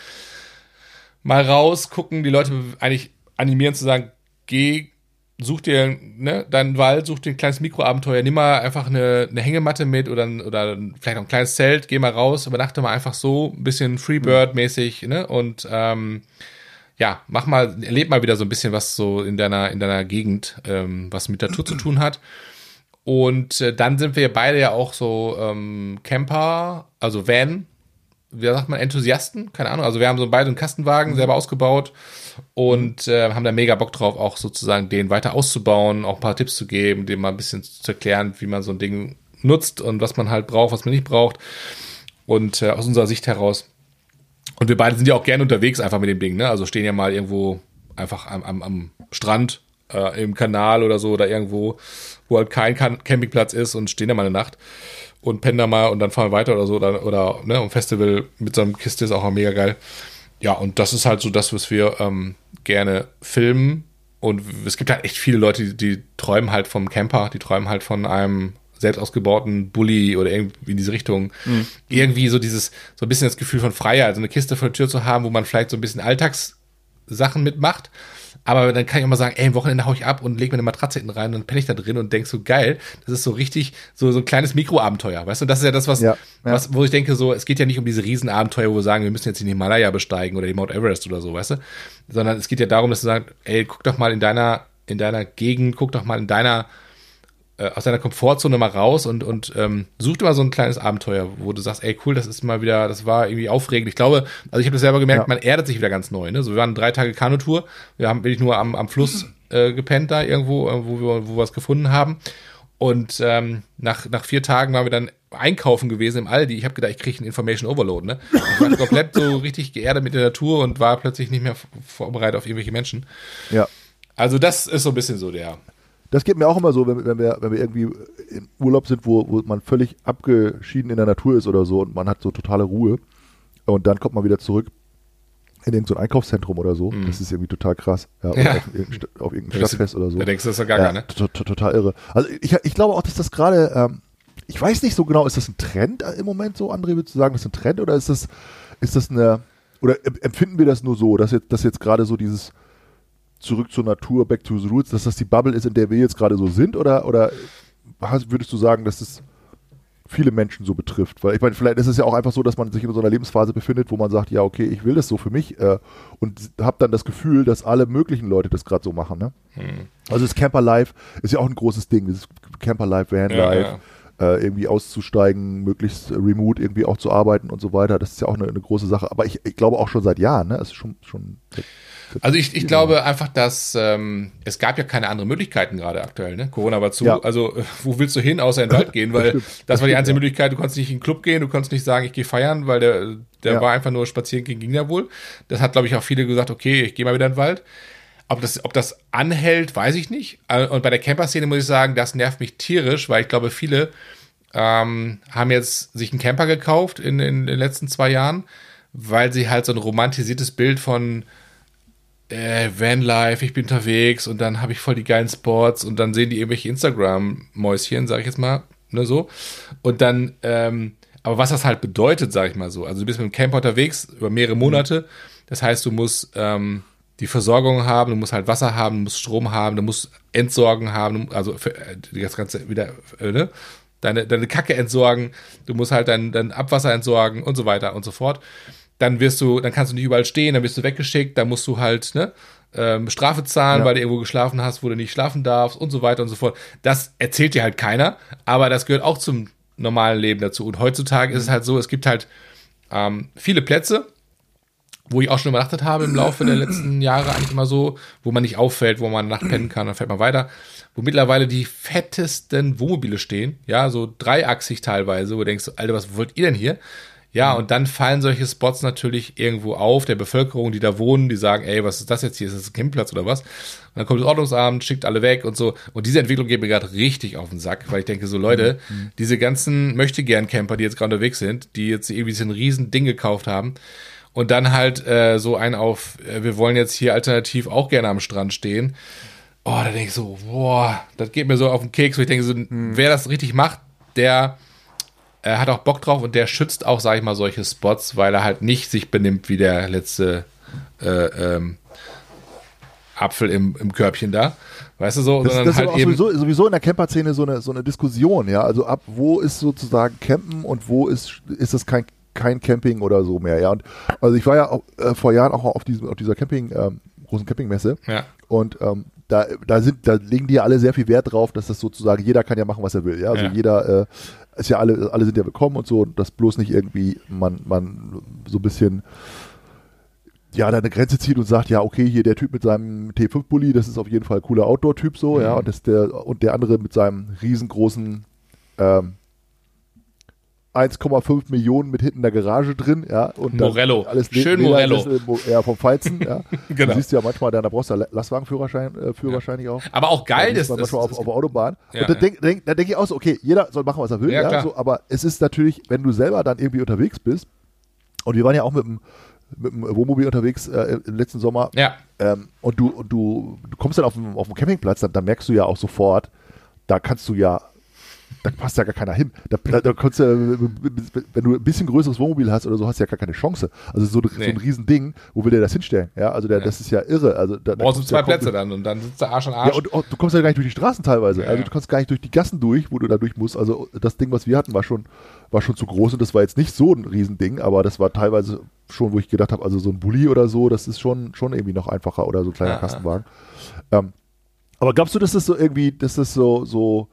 Mal raus, gucken, die Leute eigentlich animieren zu sagen, geh, such dir ne, deinen Wald, such dir ein kleines Mikroabenteuer, nimm mal einfach eine, eine Hängematte mit oder, oder vielleicht auch ein kleines Zelt, geh mal raus, übernachte mal einfach so, ein bisschen Freebird-mäßig, ne, und ähm, ja, mach mal, erleb mal wieder so ein bisschen was so in deiner, in deiner Gegend, ähm, was mit Natur zu tun hat. Und äh, dann sind wir beide ja auch so ähm, Camper, also Van, wie sagt man, Enthusiasten, keine Ahnung, also wir haben so beide einen Kastenwagen mhm. selber ausgebaut und äh, haben da mega Bock drauf, auch sozusagen den weiter auszubauen, auch ein paar Tipps zu geben, dem mal ein bisschen zu erklären, wie man so ein Ding nutzt und was man halt braucht, was man nicht braucht und äh, aus unserer Sicht heraus. Und wir beide sind ja auch gerne unterwegs einfach mit dem Ding, ne, also stehen ja mal irgendwo einfach am, am, am Strand, äh, im Kanal oder so oder irgendwo, wo halt kein Campingplatz ist und stehen da mal eine Nacht und pennen da mal und dann fahren wir weiter oder so oder, oder ne, ein Festival mit so einem Kiste ist auch mega geil. Ja, und das ist halt so das, was wir ähm, gerne filmen und es gibt halt echt viele Leute, die, die träumen halt vom Camper, die träumen halt von einem selbst ausgebauten Bulli oder irgendwie in diese Richtung. Mhm. Irgendwie so dieses, so ein bisschen das Gefühl von Freiheit, so eine Kiste vor der Tür zu haben, wo man vielleicht so ein bisschen Alltagssachen mitmacht. Aber dann kann ich auch mal sagen, ey, am Wochenende hau ich ab und leg mir eine Matratze hinten rein und dann penne ich da drin und denk so, geil, das ist so richtig, so, so ein kleines Mikroabenteuer, weißt du? Und das ist ja das, was, ja, ja. was, wo ich denke, so, es geht ja nicht um diese Riesenabenteuer, wo wir sagen, wir müssen jetzt den Himalaya besteigen oder den Mount Everest oder so, weißt du? Sondern es geht ja darum, dass du sagst, ey, guck doch mal in deiner, in deiner Gegend, guck doch mal in deiner, äh, aus deiner Komfortzone mal raus und, und ähm, such dir mal so ein kleines Abenteuer, wo du sagst, ey, cool, das ist mal wieder, das war irgendwie aufregend. Ich glaube, also ich habe das selber gemerkt, ja. man erdet sich wieder ganz neu, ne? So, wir waren drei Tage Kanutour, wir haben wirklich nur am, am Fluss äh, gepennt da irgendwo, äh, wo wir, wo wir was gefunden haben. Und ähm, nach, nach vier Tagen waren wir dann einkaufen gewesen im Aldi. Ich habe gedacht, ich kriege einen Information Overload, ne? Ich war komplett so richtig geerdet mit der Natur und war plötzlich nicht mehr vorbereitet auf irgendwelche Menschen. Ja. Also das ist so ein bisschen so der... Das geht mir auch immer so, wenn, wenn, wir, wenn wir irgendwie im Urlaub sind, wo, wo man völlig abgeschieden in der Natur ist oder so und man hat so totale Ruhe und dann kommt man wieder zurück in irgendein so Einkaufszentrum oder so. Mhm. Das ist irgendwie total krass. Ja, oder ja. auf, irgendein, auf irgendein Stadtfest oder so. Da denkst du, das ist ja gar ja, ne? Total irre. Also ich, ich glaube auch, dass das gerade, ähm, ich weiß nicht so genau, ist das ein Trend im Moment so, André, würdest du sagen, das ist ein Trend oder ist das, ist das eine, oder empfinden wir das nur so, dass jetzt, dass jetzt gerade so dieses zurück zur Natur, back to the roots, dass das die Bubble ist, in der wir jetzt gerade so sind, oder, oder würdest du sagen, dass es viele Menschen so betrifft? Weil ich meine, vielleicht ist es ja auch einfach so, dass man sich in so einer Lebensphase befindet, wo man sagt, ja, okay, ich will das so für mich äh, und habe dann das Gefühl, dass alle möglichen Leute das gerade so machen. Ne? Hm. Also das Camper Life ist ja auch ein großes Ding, das Camper Life, Van ja, Life, äh, irgendwie auszusteigen, möglichst remote irgendwie auch zu arbeiten und so weiter. Das ist ja auch eine, eine große Sache. Aber ich, ich glaube auch schon seit Jahren, ne? Es ist schon, schon Also ich, ich glaube einfach, dass ähm, es gab ja keine anderen Möglichkeiten gerade aktuell, ne? Corona war zu. Ja. Also äh, wo willst du hin, außer in den Wald gehen? Weil das, das, das war die stimmt, einzige ja. Möglichkeit. Du konntest nicht in den Club gehen, du konntest nicht sagen, ich gehe feiern, weil der, der Ja. war einfach nur spazieren gehen, ging ja wohl. Das hat, glaube ich, auch viele gesagt, okay, ich gehe mal wieder in den Wald. Ob das, ob das anhält, weiß ich nicht. Und bei der Camper-Szene muss ich sagen, das nervt mich tierisch, weil ich glaube, viele ähm, haben jetzt sich einen Camper gekauft in, in den letzten zwei Jahren, weil sie halt so ein romantisiertes Bild von äh, Vanlife, ich bin unterwegs und dann habe ich voll die geilen Spots und dann sehen die irgendwelche Instagram-Mäuschen, sag ich jetzt mal, ne, so. Und dann, ähm, aber was das halt bedeutet, sag ich mal so, also du bist mit dem Camper unterwegs über mehrere Monate, das heißt, du musst ähm, die Versorgung haben, du musst halt Wasser haben, du musst Strom haben, du musst Entsorgen haben, also für, äh, das Ganze wieder, äh, ne? Deine, deine Kacke entsorgen, du musst halt dein, dein Abwasser entsorgen und so weiter und so fort. Dann wirst du, dann kannst du nicht überall stehen, dann wirst du weggeschickt, dann musst du halt, ne, ähm, Strafe zahlen, Ja. weil du irgendwo geschlafen hast, wo du nicht schlafen darfst und so weiter und so fort. Das erzählt dir halt keiner, aber das gehört auch zum normalen Leben dazu. Und heutzutage ist es halt so, es gibt halt ähm, viele Plätze, wo ich auch schon übernachtet habe im Laufe der letzten Jahre, eigentlich immer so, wo man nicht auffällt, wo man eine Nacht pennen kann, dann fährt man weiter, wo mittlerweile die fettesten Wohnmobile stehen, ja, so dreiachsig teilweise, wo du denkst, Alter, was wollt ihr denn hier? Ja, und dann fallen solche Spots natürlich irgendwo auf, der Bevölkerung, die da wohnen, die sagen, ey, was ist das jetzt hier? Ist das ein Campingplatz oder was? Und dann kommt das Ordnungsamt, schickt alle weg und so. Und diese Entwicklung geht mir gerade richtig auf den Sack, weil ich denke so, Leute, mhm. diese ganzen Möchtegern-Camper, die jetzt gerade unterwegs sind, die jetzt irgendwie so ein riesen Ding gekauft haben und dann halt äh, so einen auf, äh, wir wollen jetzt hier alternativ auch gerne am Strand stehen. Oh, da denke ich so, boah, das geht mir so auf den Keks, wo ich denke so, mhm. wer das richtig macht, der Er hat auch Bock drauf und der schützt auch, sag ich mal, solche Spots, weil er halt nicht sich benimmt wie der letzte äh, ähm, Apfel im, im Körbchen da. Weißt du so? Das, sondern das halt ist auch eben sowieso, sowieso in der Camper-Szene so eine, so eine Diskussion, ja. Also ab wo ist sozusagen Campen und wo ist, ist es kein, kein Camping oder so mehr, ja. Und also ich war ja auch, äh, vor Jahren auch auf, diesem, auf dieser Camping, ähm, großen Campingmesse. Ja. Und ähm, da, da sind, da legen die ja alle sehr viel Wert drauf, dass das sozusagen, jeder kann ja machen, was er will, ja. Also Ja. jeder äh, ist ja alle, alle sind ja willkommen und so, dass bloß nicht irgendwie man, man so ein bisschen ja, da eine Grenze zieht und sagt, ja, okay, hier der Typ mit seinem T fünf Bulli, das ist auf jeden Fall ein cooler Outdoor-Typ so, mhm. ja, und das der, und der andere mit seinem riesengroßen ähm, eins Komma fünf Millionen mit hinten in der Garage drin, ja. Und Morello. Alles Schön Leder, Morello. Das, ja, vom Feinsten, ja. Genau. Du siehst ja manchmal, da brauchst du ja Lastwagenführerschein äh, für ja. wahrscheinlich auch. Aber auch geil, ja, das ist manchmal das, auf, auf der Autobahn. Ja, und da ja. denke denk, denk ich auch so, okay, jeder soll machen, was er will, Ja, ja, klar. so, aber es ist natürlich, wenn du selber dann irgendwie unterwegs bist, und wir waren ja auch mit dem, mit dem Wohnmobil unterwegs äh, im letzten Sommer, Ja. ähm, und du, und du, du kommst dann auf dem, auf dem Campingplatz, dann, dann merkst du ja auch sofort, da kannst du ja, da passt ja gar keiner hin. Da, da, da kannst du, wenn du ein bisschen größeres Wohnmobil hast oder so, hast du ja gar keine Chance. Also so, Nee. so ein Riesending, wo will der das hinstellen? Ja, also der, Ja. das ist ja irre. Also da, da Brauchst du kommst zwei ja Plätze komplett- dann und dann sitzt der Arsch an Arsch. Ja, und, und du kommst ja gar nicht durch die Straßen teilweise. Ja, Also ja. du kommst gar nicht durch die Gassen durch, wo du da durch musst. Also das Ding, was wir hatten, war schon, war schon zu groß und das war jetzt nicht so ein Riesending, aber das war teilweise schon, wo ich gedacht habe, also so ein Bulli oder so, das ist schon, schon irgendwie noch einfacher oder so ein kleiner Ja, ja. Kastenwagen. Ähm, aber glaubst du, dass das so irgendwie, dass das so, so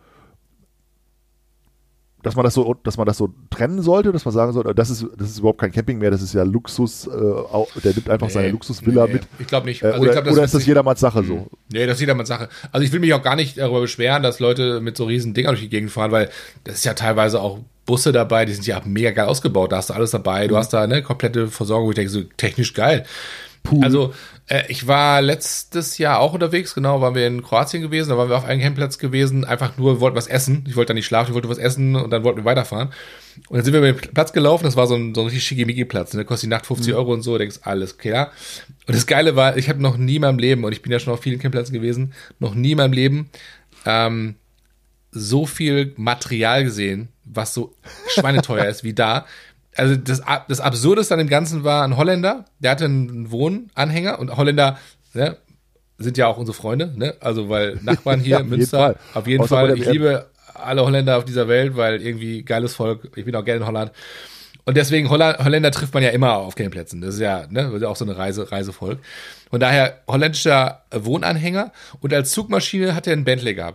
dass man das so, dass man das so trennen sollte, dass man sagen sollte, das ist, das ist überhaupt kein Camping mehr, das ist ja Luxus, äh, au- der nimmt einfach Nee, seine Luxusvilla nee, mit. Ich glaube nicht. Äh, Also oder ich glaub, das oder wird ist das sich- jedermanns Sache so? Nee, das ist jedermanns Sache. Also ich will mich auch gar nicht darüber beschweren, dass Leute mit so riesen Dingern durch die Gegend fahren, weil das ist ja teilweise auch Busse dabei, die sind ja mega geil ausgebaut, da hast du alles dabei, du hast da eine komplette Versorgung, wo ich denke, so technisch geil. Pool. Also äh, ich war letztes Jahr auch unterwegs, genau, waren wir in Kroatien gewesen, da waren wir auf einem Campingplatz gewesen, einfach nur, wollten was essen, ich wollte da nicht schlafen, ich wollte was essen und dann wollten wir weiterfahren. Und dann sind wir über den Platz gelaufen, das war so ein, so ein richtig schickimicki-Platz, ne? Kostet die Nacht fünfzig Euro und so, denkst, alles klar. Und das Geile war, ich habe noch nie in meinem Leben, und ich bin ja schon auf vielen Campingplätzen gewesen, noch nie in meinem Leben ähm, so viel Material gesehen, was so schweineteuer ist wie da. Also das, Ab- das Absurdeste an dem Ganzen war ein Holländer, der hatte einen Wohnanhänger und Holländer, ne, sind ja auch unsere Freunde, ne? Also weil Nachbarn hier, Ja, auf jeden Münster, Fall. auf jeden Außer bei Fall. der Ich W M. liebe alle Holländer auf dieser Welt, weil irgendwie geiles Volk. Ich bin auch gerne in Holland. Und deswegen Holla- Holländer trifft man ja immer auf Campingplätzen. Das ist ja, ne, das ist ja auch so eine Reise, Reisevolk. Von daher holländischer Wohnanhänger und als Zugmaschine hat er einen Bentley gehabt.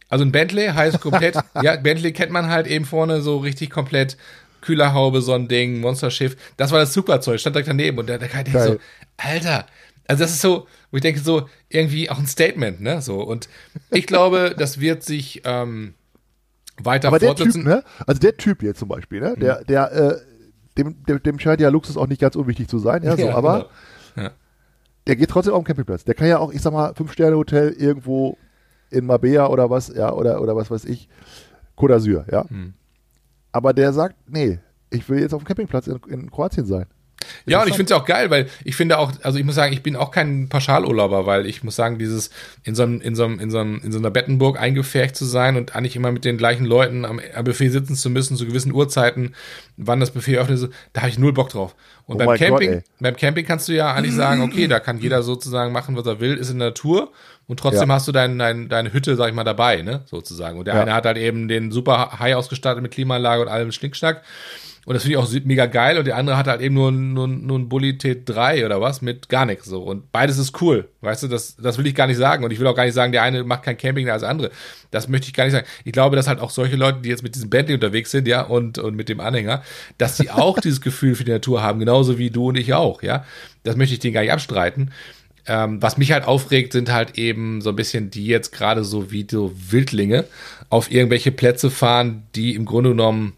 Also ein Bentley heißt komplett, ja, Bentley kennt man halt eben vorne so richtig komplett Kühlerhaube, so ein Ding, Monsterschiff. Das war das Superzeug, stand direkt daneben. Und da, da kann ich denken so, Alter, also das ist so, wo ich denke so, irgendwie auch ein Statement, ne, so. Und ich glaube, das wird sich ähm, weiter aber fortsetzen. Der typ, ne? Also der Typ jetzt zum Beispiel, ne, der, der, äh, dem, dem, dem scheint ja Luxus auch nicht ganz unwichtig zu sein, ja, so, ja, aber genau. Ja. Der geht trotzdem auf den Campingplatz. Der kann ja auch, ich sag mal, Fünf-Sterne-Hotel irgendwo in Marbella oder was, ja, oder, oder was weiß ich, Côte d'Azur, ja. Hm. Aber der sagt, nee, ich will jetzt auf dem Campingplatz in, in Kroatien sein. Ja, und ich finde es ja auch geil, weil ich finde auch, also ich muss sagen, ich bin auch kein Pauschalurlauber, weil ich muss sagen, dieses in so einem, in so einem, in so einem, in so einer Bettenburg eingepfercht zu sein und eigentlich immer mit den gleichen Leuten am, am Buffet sitzen zu müssen, zu gewissen Uhrzeiten, wann das Buffet öffnet, so, da habe ich null Bock drauf. Und oh beim Camping, Gott, beim Camping kannst du ja eigentlich sagen, okay, da kann jeder sozusagen machen, was er will, ist in der Natur und trotzdem ja. hast du dein, dein, deine Hütte, sag ich mal, dabei, ne, sozusagen. Und der ja. eine hat halt eben den super High ausgestattet mit Klimaanlage und allem Schnickschnack. Und das finde ich auch mega geil. Und der andere hat halt eben nur, nur, nur ein Bulli T drei oder was mit gar nichts so. Und beides ist cool. Weißt du, das, das will ich gar nicht sagen. Und ich will auch gar nicht sagen, der eine macht kein Camping als der andere. Das möchte ich gar nicht sagen. Ich glaube, dass halt auch solche Leute, die jetzt mit diesem Bentley unterwegs sind, ja, und, und mit dem Anhänger, dass sie auch dieses Gefühl für die Natur haben. Genauso wie du und ich auch, ja. Das möchte ich denen gar nicht abstreiten. Ähm, was mich halt aufregt, sind halt eben so ein bisschen die jetzt gerade so wie so Wildlinge auf irgendwelche Plätze fahren, die im Grunde genommen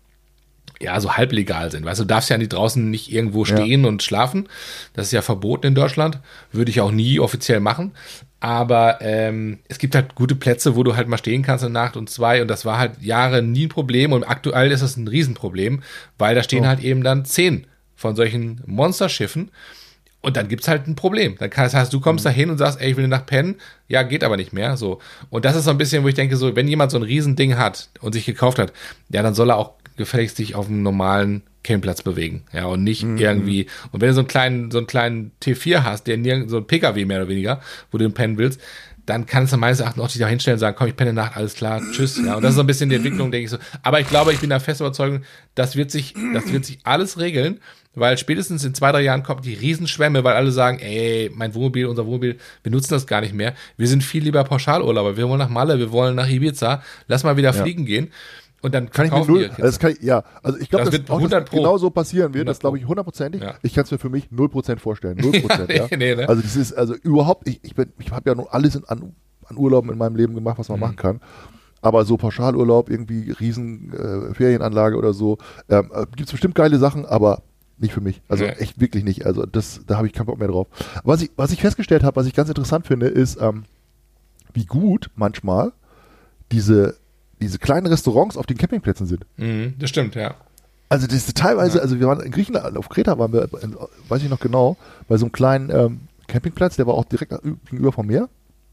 ja, so halblegal sind. Weißt du, du darfst ja nicht draußen nicht irgendwo stehen ja. und schlafen. Das ist ja verboten in Deutschland. Würde ich auch nie offiziell machen. Aber ähm, es gibt halt gute Plätze, wo du halt mal stehen kannst eine Nacht und zwei. Und das war halt Jahre nie ein Problem. Und aktuell ist es ein Riesenproblem, weil da stehen oh. halt eben dann zehn von solchen Monsterschiffen. Und dann gibt's halt ein Problem. Dann kann, das heißt, du kommst mhm. da hin und sagst, ey, ich will eine Nacht pennen. Ja, geht aber nicht mehr. So. Und das ist so ein bisschen, wo ich denke, so, wenn jemand so ein Riesending hat und sich gekauft hat, ja, dann soll er auch gefälligst dich auf einem normalen Campingplatz bewegen. Ja, und nicht mhm. irgendwie. Und wenn du so einen kleinen, so einen kleinen T vier hast, der nirgend, so ein P K W mehr oder weniger, wo du pennen willst, dann kannst du meines Erachtens auch dich da hinstellen und sagen, komm, ich penne Nacht, alles klar, tschüss. Ja, und das ist so ein bisschen die Entwicklung, denke ich so. Aber ich glaube, ich bin da fest überzeugt, das wird sich, das wird sich alles regeln, weil spätestens in zwei, drei Jahren kommt die Riesenschwemme, weil alle sagen, ey, mein Wohnmobil, unser Wohnmobil, wir nutzen das gar nicht mehr. Wir sind viel lieber Pauschalurlauber. Wir wollen nach Malle, wir wollen nach Ibiza. Lass mal wieder ja. fliegen gehen. Und dann kann ich mir null, also das kann ich, ja, also ich glaube, das, das, das, das genau so passieren wird, das glaube ich hundertprozentig. Ja. Ich kann es mir für mich null Prozent vorstellen, null Prozent. ja, nee, ja. nee, ne? Also das ist, also überhaupt, ich, ich bin, ich habe ja nun alles in, an, an Urlauben in meinem Leben gemacht, was man mhm. machen kann. Aber so Pauschalurlaub, irgendwie riesen äh, Ferienanlage oder so, ähm, gibt es bestimmt geile Sachen, aber nicht für mich. Also ja. echt wirklich nicht. Also das, da habe ich keinen Bock mehr drauf. Was ich, was ich festgestellt habe, was ich ganz interessant finde, ist, ähm, wie gut manchmal diese diese kleinen Restaurants auf den Campingplätzen sind. Mhm, das stimmt, ja. Also das ist teilweise, ja. also wir waren in Griechenland, auf Kreta waren wir, weiß ich noch genau, bei so einem kleinen ähm, Campingplatz, der war auch direkt gegenüber vom Meer.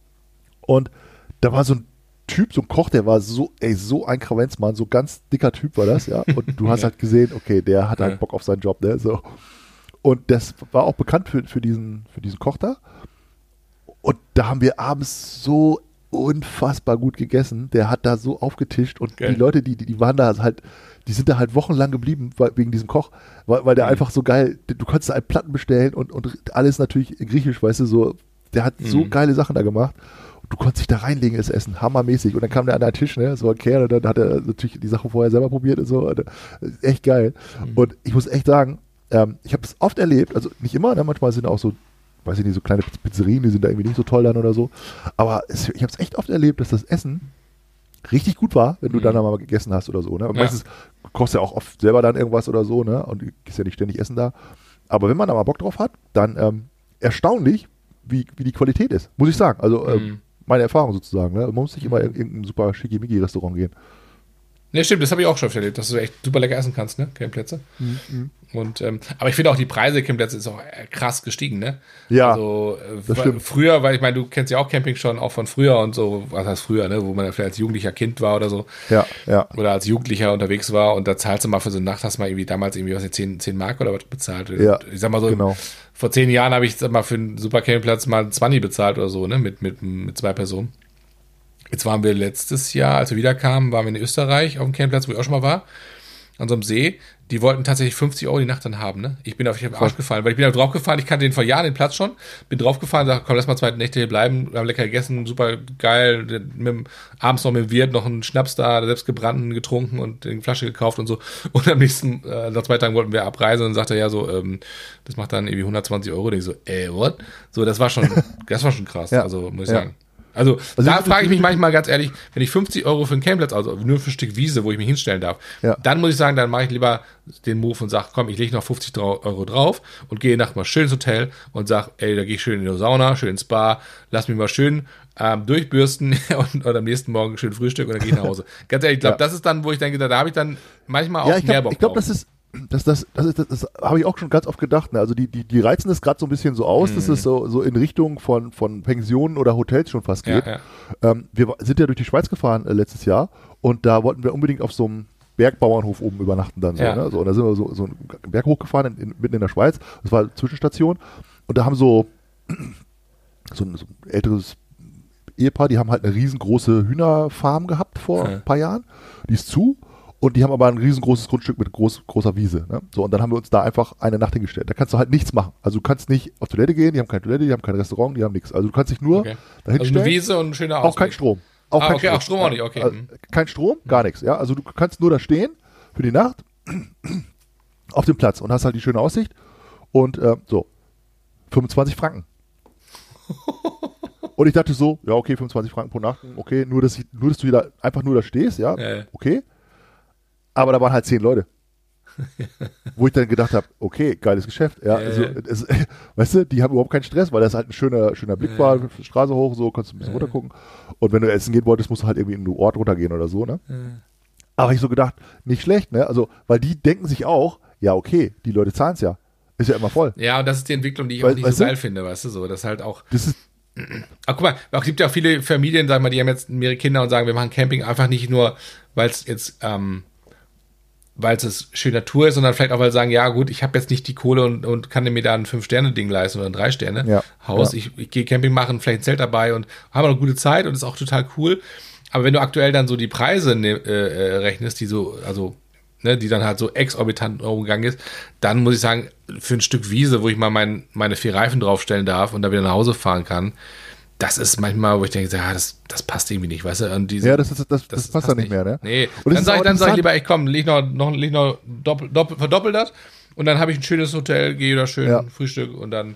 Und da war so ein Typ, so ein Koch, der war so, ey, so ein Krawenzmann, so ganz dicker Typ war das, ja. Und du hast ja. halt gesehen, okay, der hat halt ja. Bock auf seinen Job, ne, so. Und das war auch bekannt für, für diesen, für diesen Koch da. Und da haben wir abends so unfassbar gut gegessen. Der hat da so aufgetischt und geil. Die Leute, die, die, die waren da halt, die sind da halt wochenlang geblieben weil, wegen diesem Koch, weil, weil der mhm. einfach so geil, du konntest da halt Platten bestellen und, und alles natürlich in Griechisch, weißt du, so, der hat mhm. so geile Sachen da gemacht. Du konntest dich da reinlegen, das Essen, hammermäßig. Und dann kam der an den Tisch, ne, so ein Kerl, und dann hat er natürlich die Sache vorher selber probiert und so. Und, echt geil. Mhm. Und ich muss echt sagen, ähm, ich habe es oft erlebt, also nicht immer, ne, manchmal sind auch so, weiß ich nicht, so kleine Pizzerien, die sind da irgendwie nicht so toll dann oder so. Aber es, ich habe es echt oft erlebt, dass das Essen richtig gut war, wenn du mhm. dann mal gegessen hast oder so. Ne? Ja. Meistens kostet ja auch oft selber dann irgendwas oder so, ne? Und du gehst ja nicht ständig essen da. Aber wenn man da mal Bock drauf hat, dann ähm, erstaunlich, wie, wie die Qualität ist, muss ich sagen. Also ähm, mhm. meine Erfahrung sozusagen. Ne? Man muss nicht immer in irgendein super schickimicki-Restaurant gehen. Ne, stimmt, das habe ich auch schon erlebt, dass du echt super lecker essen kannst, ne? Campingplätze. Mhm. Und, ähm, aber ich finde auch die Preise Campingplätze ist auch krass gestiegen, ne? Ja. Also äh, früher, weil ich meine, du kennst ja auch Camping schon auch von früher und so, was heißt früher, ne? Wo man vielleicht als jugendlicher Kind war oder so. Ja, ja. Oder als Jugendlicher unterwegs war und da zahlst du mal für so eine Nacht, hast du mal irgendwie damals irgendwie was, zehn, zehn Mark oder was bezahlt. Ja, ich sag mal so, genau. Vor zehn Jahren habe ich sag mal für einen super Campingplatz mal zwanzig bezahlt oder so, ne? Mit, mit, mit zwei Personen. Jetzt waren wir letztes Jahr, als wir wiederkamen, waren wir in Österreich auf dem Campingplatz, wo ich auch schon mal war. an so einem See, die wollten tatsächlich fünfzig Euro die Nacht dann haben, ne? Ich bin auf den Arsch gefallen, weil ich bin da draufgefahren, ich kannte den vor Jahren, den Platz schon, bin draufgefahren, sag, komm, lass mal zwei Nächte hier bleiben, wir haben lecker gegessen, super geil, mit dem, abends noch mit dem Wirt noch einen Schnaps da, selbst gebrannten getrunken und eine Flasche gekauft und so. Und am nächsten, äh, nach zwei Tagen wollten wir abreisen und dann sagte er ja so, ähm, das macht dann irgendwie hundertzwanzig Euro. Und ich so, äh, what? So, das war schon, das war schon krass, ja. Also muss ich ja. sagen. Also, also da frage ich mich manchmal ganz ehrlich, wenn ich fünfzig Euro für einen Campingplatz, also nur für ein Stück Wiese, wo ich mich hinstellen darf, ja. dann muss ich sagen, dann mache ich lieber den Move und sage, komm, ich lege noch fünfzig Euro drauf und gehe nachts mal schön ins Hotel und sage, ey, da gehe ich schön in die Sauna, schön ins Spa, lass mich mal schön ähm, durchbürsten und, und am nächsten Morgen schön Frühstück und dann gehe ich nach Hause. Ganz ehrlich, ich glaube, ja. das ist dann, wo ich denke, da, da habe ich dann manchmal auch ja, ich glaub, mehr Bock ich glaube, das ist Das, das, das, ist, das, das habe ich auch schon ganz oft gedacht. Ne? Also die, die, die reizen das gerade so ein bisschen so aus, mhm. dass es so, so in Richtung von, von Pensionen oder Hotels schon fast geht. Ja, ja. Ähm, wir sind ja durch die Schweiz gefahren äh, letztes Jahr und da wollten wir unbedingt auf so einem Bergbauernhof oben übernachten dann so. Ja. Ne? So und da sind wir so, so einen Berg hochgefahren, in, in, mitten in der Schweiz. Das war eine Zwischenstation und da haben so, so, ein, so ein älteres Ehepaar, die haben halt eine riesengroße Hühnerfarm gehabt vor ja. ein paar Jahren. Die ist zu. Und die haben aber ein riesengroßes Grundstück mit groß, großer Wiese. Ne? So, und dann haben wir uns da einfach eine Nacht hingestellt. Da kannst du halt nichts machen. Also du kannst nicht auf Toilette gehen, die haben keine Toilette, die haben kein Restaurant, die haben nichts. Also du kannst dich nur okay. dahin also stellen. Eine Wiese und ein schöner Ausblick. Auch kein Strom. Auch ah, kein okay, Strom. auch Strom auch nicht, okay. Also, kein Strom, gar nichts. Ja? Also du kannst nur da stehen für die Nacht auf dem Platz und hast halt die schöne Aussicht. Und äh, so, fünfundzwanzig Franken. Und ich dachte so, ja okay, fünfundzwanzig Franken pro Nacht, okay, nur dass, ich, nur, dass du da einfach nur da stehst, ja, ja. okay. Aber da waren halt zehn Leute. Wo ich dann gedacht habe, okay, geiles Geschäft. Ja, ja, also, es, weißt du, die haben überhaupt keinen Stress, weil das halt ein schöner, schöner Blick war, ja. Straße hoch, so, konntest du ein bisschen ja. runter gucken. Und wenn du essen gehen wolltest, musst du halt irgendwie in den Ort runtergehen oder so, ne? Ja. Aber ich so gedacht, nicht schlecht, ne? Also, weil die denken sich auch, ja, okay, die Leute zahlen es ja. Ist ja immer voll. Ja, und das ist die Entwicklung, die ich weil, auch nicht so geil du? finde, weißt du, so, das halt auch. Das ist Ach, guck mal, es gibt ja auch viele Familien, sagen wir, die haben jetzt mehrere Kinder und sagen, wir machen Camping einfach nicht nur, weil es jetzt, ähm, weil es schöne Natur ist, sondern vielleicht auch, weil sie sagen, ja gut, ich habe jetzt nicht die Kohle und, und kann mir da ein Fünf-Sterne-Ding leisten oder ein Drei-Sterne-Haus. Ja, ja. Ich, ich gehe Camping machen, vielleicht ein Zelt dabei und habe eine gute Zeit und ist auch total cool. Aber wenn du aktuell dann so die Preise ne, äh, rechnest, die so, also, ne, die dann halt so exorbitant umgegangen ist, dann muss ich sagen, für ein Stück Wiese, wo ich mal mein, meine vier Reifen draufstellen darf und da wieder nach Hause fahren kann, das ist manchmal, wo ich denke, ja, das, das passt irgendwie nicht, weißt du? Und diese, ja, das, ist, das, das, das passt dann nicht mehr, ne? Nee, und dann sage ich, dann sag ich lieber, ich komm, leg noch, noch, leg noch doppel, doppel, verdoppel das und dann habe ich ein schönes Hotel, gehe da schön ja. Frühstück und dann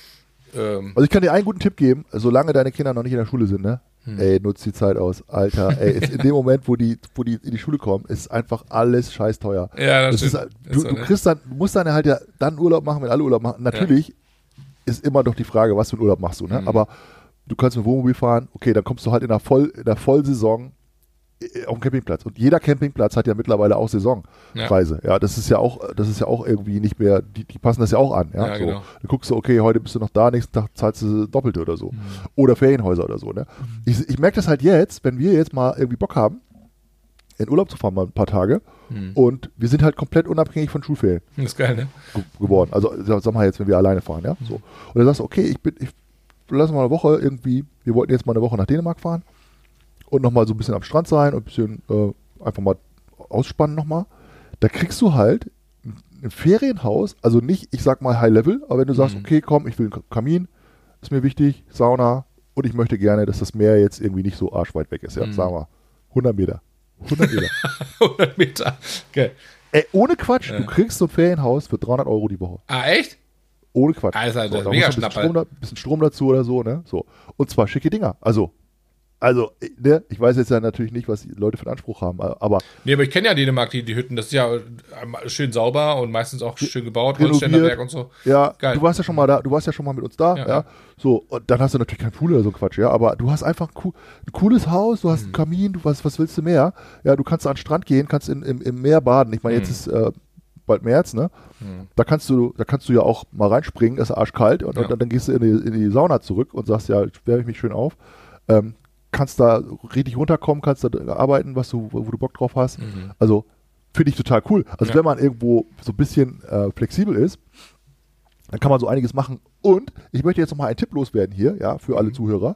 ähm, also ich kann dir einen guten Tipp geben, solange deine Kinder noch nicht in der Schule sind, ne? Hm. Ey, nutzt die Zeit aus, Alter. Ey, ist in dem Moment, wo die, wo die in die Schule kommen, ist einfach alles scheiß teuer. Ja, das, das ist, du, ist so, du kriegst dann, du musst dann halt ja dann Urlaub machen, wenn alle Urlaub machen. Natürlich ja. ist immer doch die Frage, was für einen Urlaub machst du, ne? Hm. Aber du kannst mit Wohnmobil fahren, okay, dann kommst du halt in der, Voll, in der Vollsaison auf den Campingplatz. Und jeder Campingplatz hat ja mittlerweile auch Saisonpreise. Ja. ja, das ist ja auch, das ist ja auch irgendwie nicht mehr, die, die passen das ja auch an. Ja, ja so. Genau. Dann guckst du, okay, heute bist du noch da, nächsten Tag zahlst du Doppelte oder so. Mhm. Oder Ferienhäuser oder so. Ne? Mhm. Ich, ich merke das halt jetzt, wenn wir jetzt mal irgendwie Bock haben, in Urlaub zu fahren, mal ein paar Tage. Mhm. Und wir sind halt komplett unabhängig von Schulferien. Das ist geil, ne? Ge- geworden. Also, sag mal jetzt, wenn wir alleine fahren, ja. So. Und dann sagst du, okay, ich bin, ich lass mal eine Woche irgendwie, wir wollten jetzt mal eine Woche nach Dänemark fahren und nochmal so ein bisschen am Strand sein und ein bisschen äh, einfach mal ausspannen nochmal. Da kriegst du halt ein Ferienhaus, also nicht, ich sag mal High Level, aber wenn du sagst, mhm. okay, komm, ich will einen Kamin, ist mir wichtig, Sauna und ich möchte gerne, dass das Meer jetzt irgendwie nicht so arschweit weg ist, ja, mhm. sagen wir hundert Meter. hundert Meter. hundert Meter, okay. Ey, ohne Quatsch, ja. Du kriegst so ein Ferienhaus für dreihundert Euro die Woche. Ah, echt? Ohne Quatsch. Also, das so, ist da mega muss ein bisschen Schnapper. Strom, da, bisschen Strom dazu oder so, ne? So. Und zwar schicke Dinger. Also, also, ne? Ich weiß jetzt ja natürlich nicht, was die Leute für einen Anspruch haben, aber. Nee, aber ich kenne ja Dänemark, die, die Hütten, das ist ja schön sauber und meistens auch schön gebaut, Holzständerwerk und so. Ja, geil. Du warst ja schon mal da, du warst ja schon mal mit uns da, ja. ja. So, und dann hast du natürlich keinen Pool oder so ein Quatsch, ja, aber du hast einfach ein, cool, ein cooles Haus, du hast hm. einen Kamin, du was, was willst du mehr? Ja, du kannst an den Strand gehen, kannst in, im, im Meer baden. Ich meine, hm. jetzt ist äh, bald März, ne? Hm. Da kannst du, da kannst du ja auch mal reinspringen, ist arschkalt und, ja. und dann, dann gehst du in die, in die Sauna zurück und sagst, ja, wärme ich mich schön auf. Ähm, kannst da richtig runterkommen, kannst da arbeiten, was du, wo du Bock drauf hast. Mhm. Also finde ich total cool. Also ja. wenn man irgendwo so ein bisschen äh, flexibel ist, dann kann man so einiges machen. Und ich möchte jetzt nochmal einen Tipp loswerden hier, ja, für mhm. alle Zuhörer.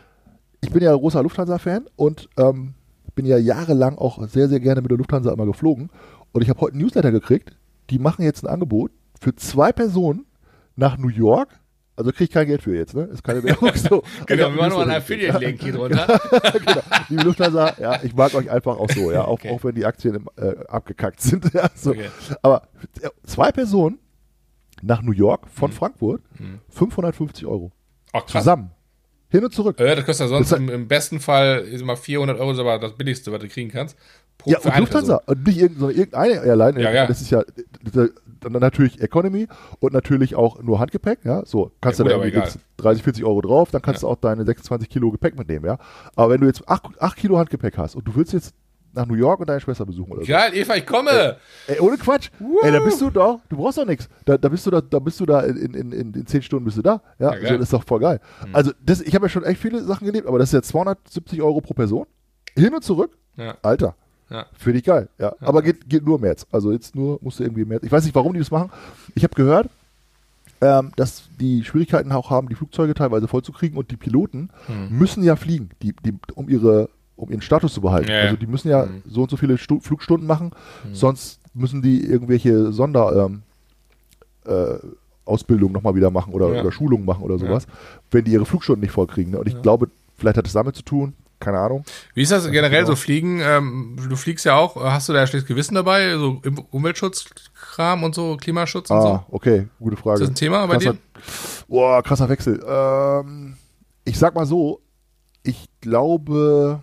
Ich bin ja großer Lufthansa-Fan und ähm, bin ja jahrelang auch sehr, sehr gerne mit der Lufthansa immer geflogen. und ich habe heute ein Newsletter gekriegt, die machen jetzt ein Angebot für zwei Personen nach New York. Also kriege ich kein Geld für jetzt, ne? Ist keine Werbung. So. Genau, wir machen noch einen Affiliate-Link hier drunter. Genau. Liebe Lufthansa, ja, ich mag euch einfach auch so, ja, auch, Okay. auch wenn die Aktien im, äh, abgekackt sind. Ja, so. Okay. Aber äh, zwei Personen nach New York von Mhm. Frankfurt, Mhm. fünfhundertfünfzig Euro. Ach, krass. Zusammen. Hin und zurück. Ja, das kostet ja sonst Das- im, im besten Fall ist immer vierhundert Euro, ist aber das billigste, was du kriegen kannst. Pro, Ja, für und eine Lufthansa. Person. Und nicht irgendeine, irgendeine Airline. Ja, ja. Das ist ja das ist dann natürlich Economy und natürlich auch nur Handgepäck. Ja, so kannst Ja, du gut, da aber irgendwie egal. gibt's dreißig, vierzig Euro drauf, dann kannst du auch deine sechsundzwanzig Kilo Gepäck mitnehmen. Ja, aber wenn du jetzt acht Kilo Handgepäck hast und du willst jetzt nach New York und deine Schwester besuchen oder so. Geil, Eva, ich komme! Ey, ohne Quatsch. Ey, da bist du doch, du brauchst doch nichts. Da, da bist du da, da bist du da in, in, in, in zehn Stunden bist du da. Ja, Ja, geil. so, das ist doch voll geil. Mhm. Also das, ich habe ja schon echt viele Sachen gelebt, aber das ist ja zweihundertsiebzig Euro pro Person. Hin und zurück. Ja. Alter. Ja. Finde ich geil. Ja. Ja. Aber geht, geht nur im März. Also jetzt nur, musst du irgendwie im März. Ich weiß nicht, warum die das machen. Ich habe gehört, ähm, dass die Schwierigkeiten auch haben, die Flugzeuge teilweise vollzukriegen und die Piloten Mhm. müssen ja fliegen, die, die, um ihre um ihren Status zu behalten. Ja, ja. Also die müssen ja Mhm. so und so viele Stu Flugstunden machen, Mhm. sonst müssen die irgendwelche Sonder ähm, äh, Ausbildung nochmal wieder machen oder, Ja. oder Schulungen machen oder sowas, wenn die ihre Flugstunden nicht vollkriegen. Ne? Und ich Ja. glaube, vielleicht hat es damit zu tun, keine Ahnung. Wie ist das generell genau. so Fliegen? Ähm, du fliegst ja auch, hast du da ein schlechtes Gewissen dabei? So Im- Umweltschutzkram und so, Klimaschutz und Ah, so? okay, gute Frage. Ist das ein Thema bei krasser, dir? Boah, krasser Wechsel. Ähm, ich sag mal so, ich glaube,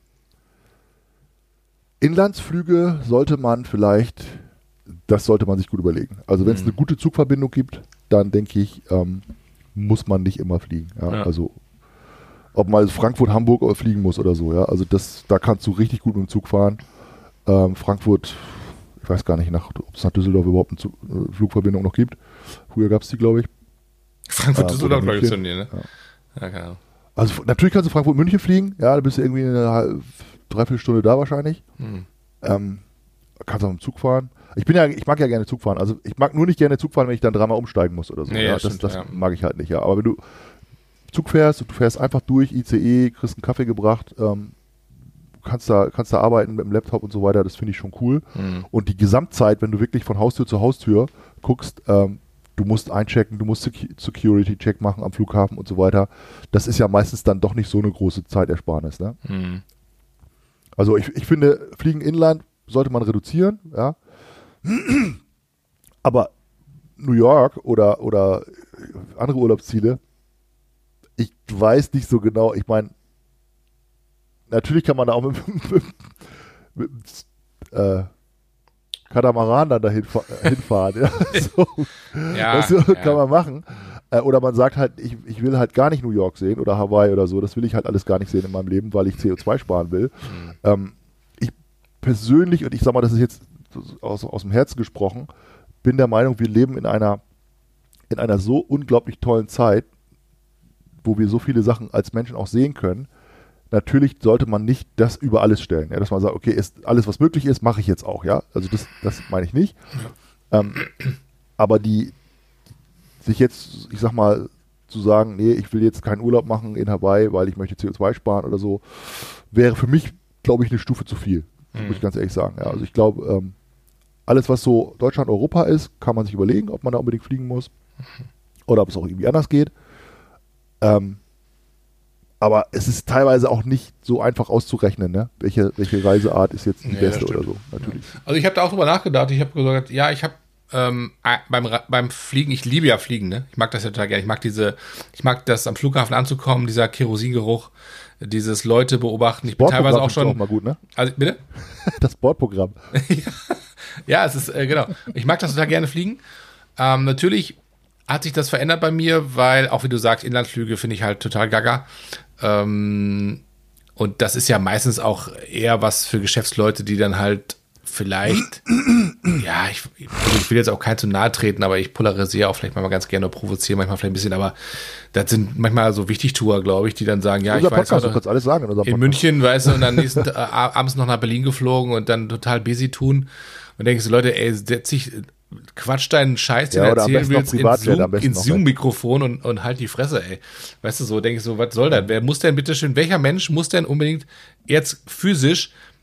Inlandsflüge sollte man vielleicht, das sollte man sich gut überlegen. Also wenn es Mhm. eine gute Zugverbindung gibt, dann denke ich, ähm, muss man nicht immer fliegen. Ja? Ja. Also ob mal Frankfurt, Hamburg fliegen muss oder so. Ja? Also das, da kannst du richtig gut mit dem Zug fahren. Ähm, Frankfurt, ich weiß gar nicht, nach, ob es nach Düsseldorf überhaupt eine Zug, äh, Flugverbindung noch gibt. Früher gab es die, glaube ich. Frankfurt, Ah, Düsseldorf, oder glaube ich, München. zu dir, ne? Ja. Ja, keine Ahnung. Also f- natürlich kannst du Frankfurt-München fliegen. Ja, da bist du irgendwie eine halbe, dreiviertel Stunde da wahrscheinlich. Hm. Ähm, kannst auch mit dem Zug fahren. Ich bin ja, ich mag ja gerne Zug fahren. Also ich mag nur nicht gerne Zug fahren, wenn ich dann dreimal umsteigen muss oder so. Nee, ja, das das stimmt, das ja. mag ich halt nicht. Ja, aber wenn du Zug fährst und du fährst einfach durch I C E, kriegst einen Kaffee gebracht, ähm, kannst da kannst da arbeiten mit dem Laptop und so weiter. Das finde ich schon cool. Hm. Und die Gesamtzeit, wenn du wirklich von Haustür zu Haustür guckst, ähm, du musst einchecken, du musst Secu- Security-Check machen am Flughafen und so weiter. Das ist ja meistens dann doch nicht so eine große Zeitersparnis. Ne? Hm. Also ich, ich finde, Fliegen inland sollte man reduzieren, ja. Aber New York oder, oder andere Urlaubsziele, ich weiß nicht so genau. Ich meine, natürlich kann man da auch mit, mit, mit, mit äh, Katamaran dann dahin fa- äh, hinfahren. Ja. So, Ja, das so ja. kann man machen. Äh, oder man sagt halt, ich, ich will halt gar nicht New York sehen oder Hawaii oder so. Das will ich halt alles gar nicht sehen in meinem Leben, weil ich C O zwei sparen will. Hm. Ähm, ich persönlich, und ich sag mal, das ist jetzt aus, aus dem Herzen gesprochen, bin der Meinung, wir leben in einer, in einer so unglaublich tollen Zeit, wo wir so viele Sachen als Menschen auch sehen können. Natürlich sollte man nicht das über alles stellen. Ja, dass man sagt, okay, ist alles, was möglich ist, mache ich jetzt auch. Ja, also das, das meine ich nicht. Ähm, aber die, sich jetzt, ich sag mal, zu sagen, nee, ich will jetzt keinen Urlaub machen in Hawaii, weil ich möchte C O zwei sparen oder so, wäre für mich, glaube ich, eine Stufe zu viel. Mhm. Muss ich ganz ehrlich sagen. Ja, also ich glaube, ähm, alles, was so Deutschland, Europa ist, kann man sich überlegen, ob man da unbedingt fliegen muss oder ob es auch irgendwie anders geht. Ähm, aber es ist teilweise auch nicht so einfach auszurechnen, ne? welche, welche Reiseart ist jetzt die Nee, beste das oder stimmt. so. Natürlich. Also ich habe da auch drüber nachgedacht. Ich habe gesagt, ja, ich habe ähm, äh, beim, Ra- beim Fliegen, ich liebe ja Fliegen, ne? Ich mag das ja total gerne. Ich mag diese, ich mag das am Flughafen anzukommen, dieser Kerosingeruch, dieses Leute beobachten. Ich bin teilweise auch ist schon. auch mal gut, ne? Also, bitte? Das Bordprogramm. Ja, es ist, äh, genau. Ich mag das total gerne fliegen. Ähm, natürlich hat sich das verändert bei mir, weil, auch wie du sagst, Inlandsflüge finde ich halt total gaga. Ähm, und das ist ja meistens auch eher was für Geschäftsleute, die dann halt vielleicht, ja, ich, ich will jetzt auch kein zu nahe treten, aber ich polarisiere auch vielleicht mal ganz gerne oder provoziere manchmal vielleicht ein bisschen, aber das sind manchmal so Wichtigtour, glaube ich, die dann sagen, ja, Unser ich weiß Podcast, du heute, kannst alles sagen in unserem in Podcast. München, weißt du, und dann nächsten, äh, abends noch nach Berlin geflogen und dann total busy tun. Und denkst du, Leute, ey, setz dich, quatsch deinen Scheiß, den Ja, du oder am erzählen besten noch willst, Privatjet, ins am Zoom, besten ins noch, Zoom-Mikrofon und, und halt die Fresse, ey. Weißt du, so denke ich so, was soll das? Wer muss denn bitte schön, welcher Mensch muss denn unbedingt jetzt physisch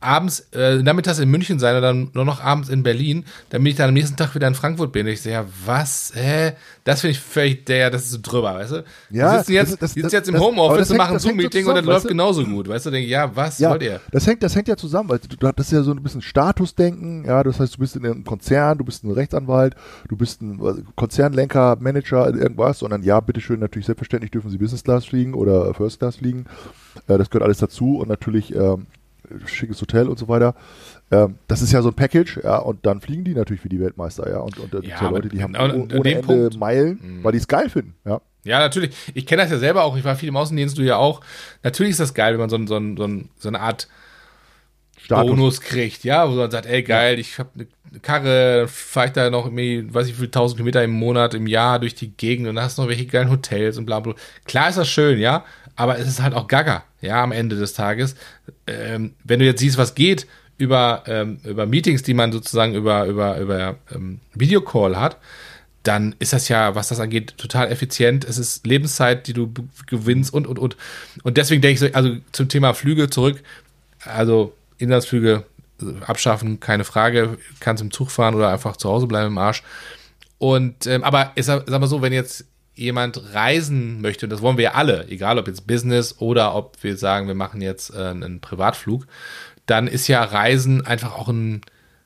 abends, äh, nachmittags in München sein und dann nur noch abends in Berlin, damit ich dann am nächsten Tag wieder in Frankfurt bin. Und ich sehe, ja, was, hä? Das finde ich völlig, der, das ist so drüber, weißt du? Ja, die sitzen jetzt, das, das, die sitzen das, jetzt im das, Homeoffice und machen ein hängt, Zoom-Meeting so und das läuft du? genauso gut, weißt du? Denke ich, ja, was ja, wollt ihr? Das hängt, das hängt ja zusammen, weil du, das ist ja so ein bisschen Statusdenken, ja, das heißt, du bist in einem Konzern, du bist ein Rechtsanwalt, du bist ein Konzernlenker, Manager, irgendwas, sondern ja, bitteschön, natürlich selbstverständlich dürfen sie Business Class fliegen oder First Class fliegen, äh, das gehört alles dazu und natürlich ähm, schickes Hotel und so weiter. Ähm, das ist ja so ein Package, ja, und dann fliegen die natürlich wie die Weltmeister, ja, und, und da gibt es ja, ja Leute, die haben ohne Ende Punkt, Meilen, mh. weil die es geil finden, ja. Ja, natürlich. Ich kenne das ja selber auch. Ich war viel im Außendienst, du ja auch. Natürlich ist das geil, wenn man so, ein, so, ein, so, ein, so eine Art Status. Bonus kriegt, ja, wo man sagt, ey, geil, ich habe eine Karre, dann fahre ich da noch irgendwie, weiß ich wie viel, tausend Kilometer im Monat, im Jahr durch die Gegend und dann hast du noch welche geilen Hotels und bla bla. Klar ist das schön, ja, aber es ist halt auch gaga, ja, am Ende des Tages. Ähm, wenn du jetzt siehst, was geht über, ähm, über Meetings, die man sozusagen über, über, über ähm, Videocall hat, dann ist das ja, was das angeht, total effizient. Es ist Lebenszeit, die du gewinnst und, und, und. Und deswegen denke ich so, also zum Thema Flüge zurück, also Inlandsflüge abschaffen, keine Frage, kannst im Zug fahren oder einfach zu Hause bleiben im Arsch. Und, ähm, aber ich sag, sag mal so, wenn jetzt jemand reisen möchte, und das wollen wir ja alle, egal ob jetzt Business oder ob wir sagen, wir machen jetzt äh, einen Privatflug, dann ist ja Reisen einfach auch ein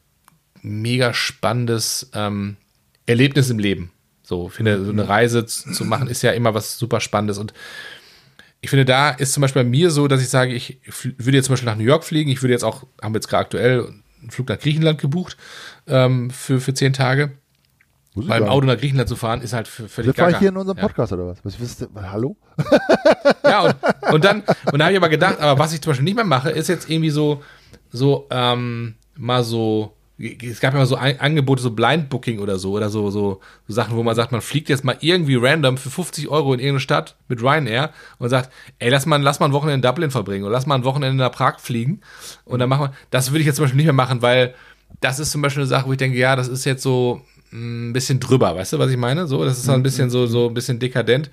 mega spannendes ähm, Erlebnis im Leben. So, ich finde, so eine Reise zu, zu machen, ist ja immer was super Spannendes. Und ich finde, da ist zum Beispiel bei mir so, dass ich sage, ich würde jetzt zum Beispiel nach New York fliegen. Ich würde jetzt auch, haben wir jetzt gerade aktuell einen Flug nach Griechenland gebucht ähm, für, für zehn Tage. Weil im Auto nach Griechenland zu fahren, ist halt für, völlig gaga. Das war hier in unserem Podcast ja. oder was? Was wisst ihr? Hallo? Ja, und, und dann, und da habe ich aber gedacht, aber was ich zum Beispiel nicht mehr mache, ist jetzt irgendwie so, so, ähm, mal so, es gab ja mal so Angebote, so Blind Booking oder so, oder so, so, so Sachen, wo man sagt, man fliegt jetzt mal irgendwie random für fünfzig Euro in irgendeine Stadt mit Ryanair und sagt, ey, lass mal, lass mal ein Wochenende in Dublin verbringen oder lass mal ein Wochenende nach Prag fliegen und dann machen wir, das würde ich jetzt zum Beispiel nicht mehr machen, weil das ist zum Beispiel eine Sache, wo ich denke, ja, das ist jetzt so ein bisschen drüber, weißt du, was ich meine? So, das ist halt ein bisschen so, so ein bisschen dekadent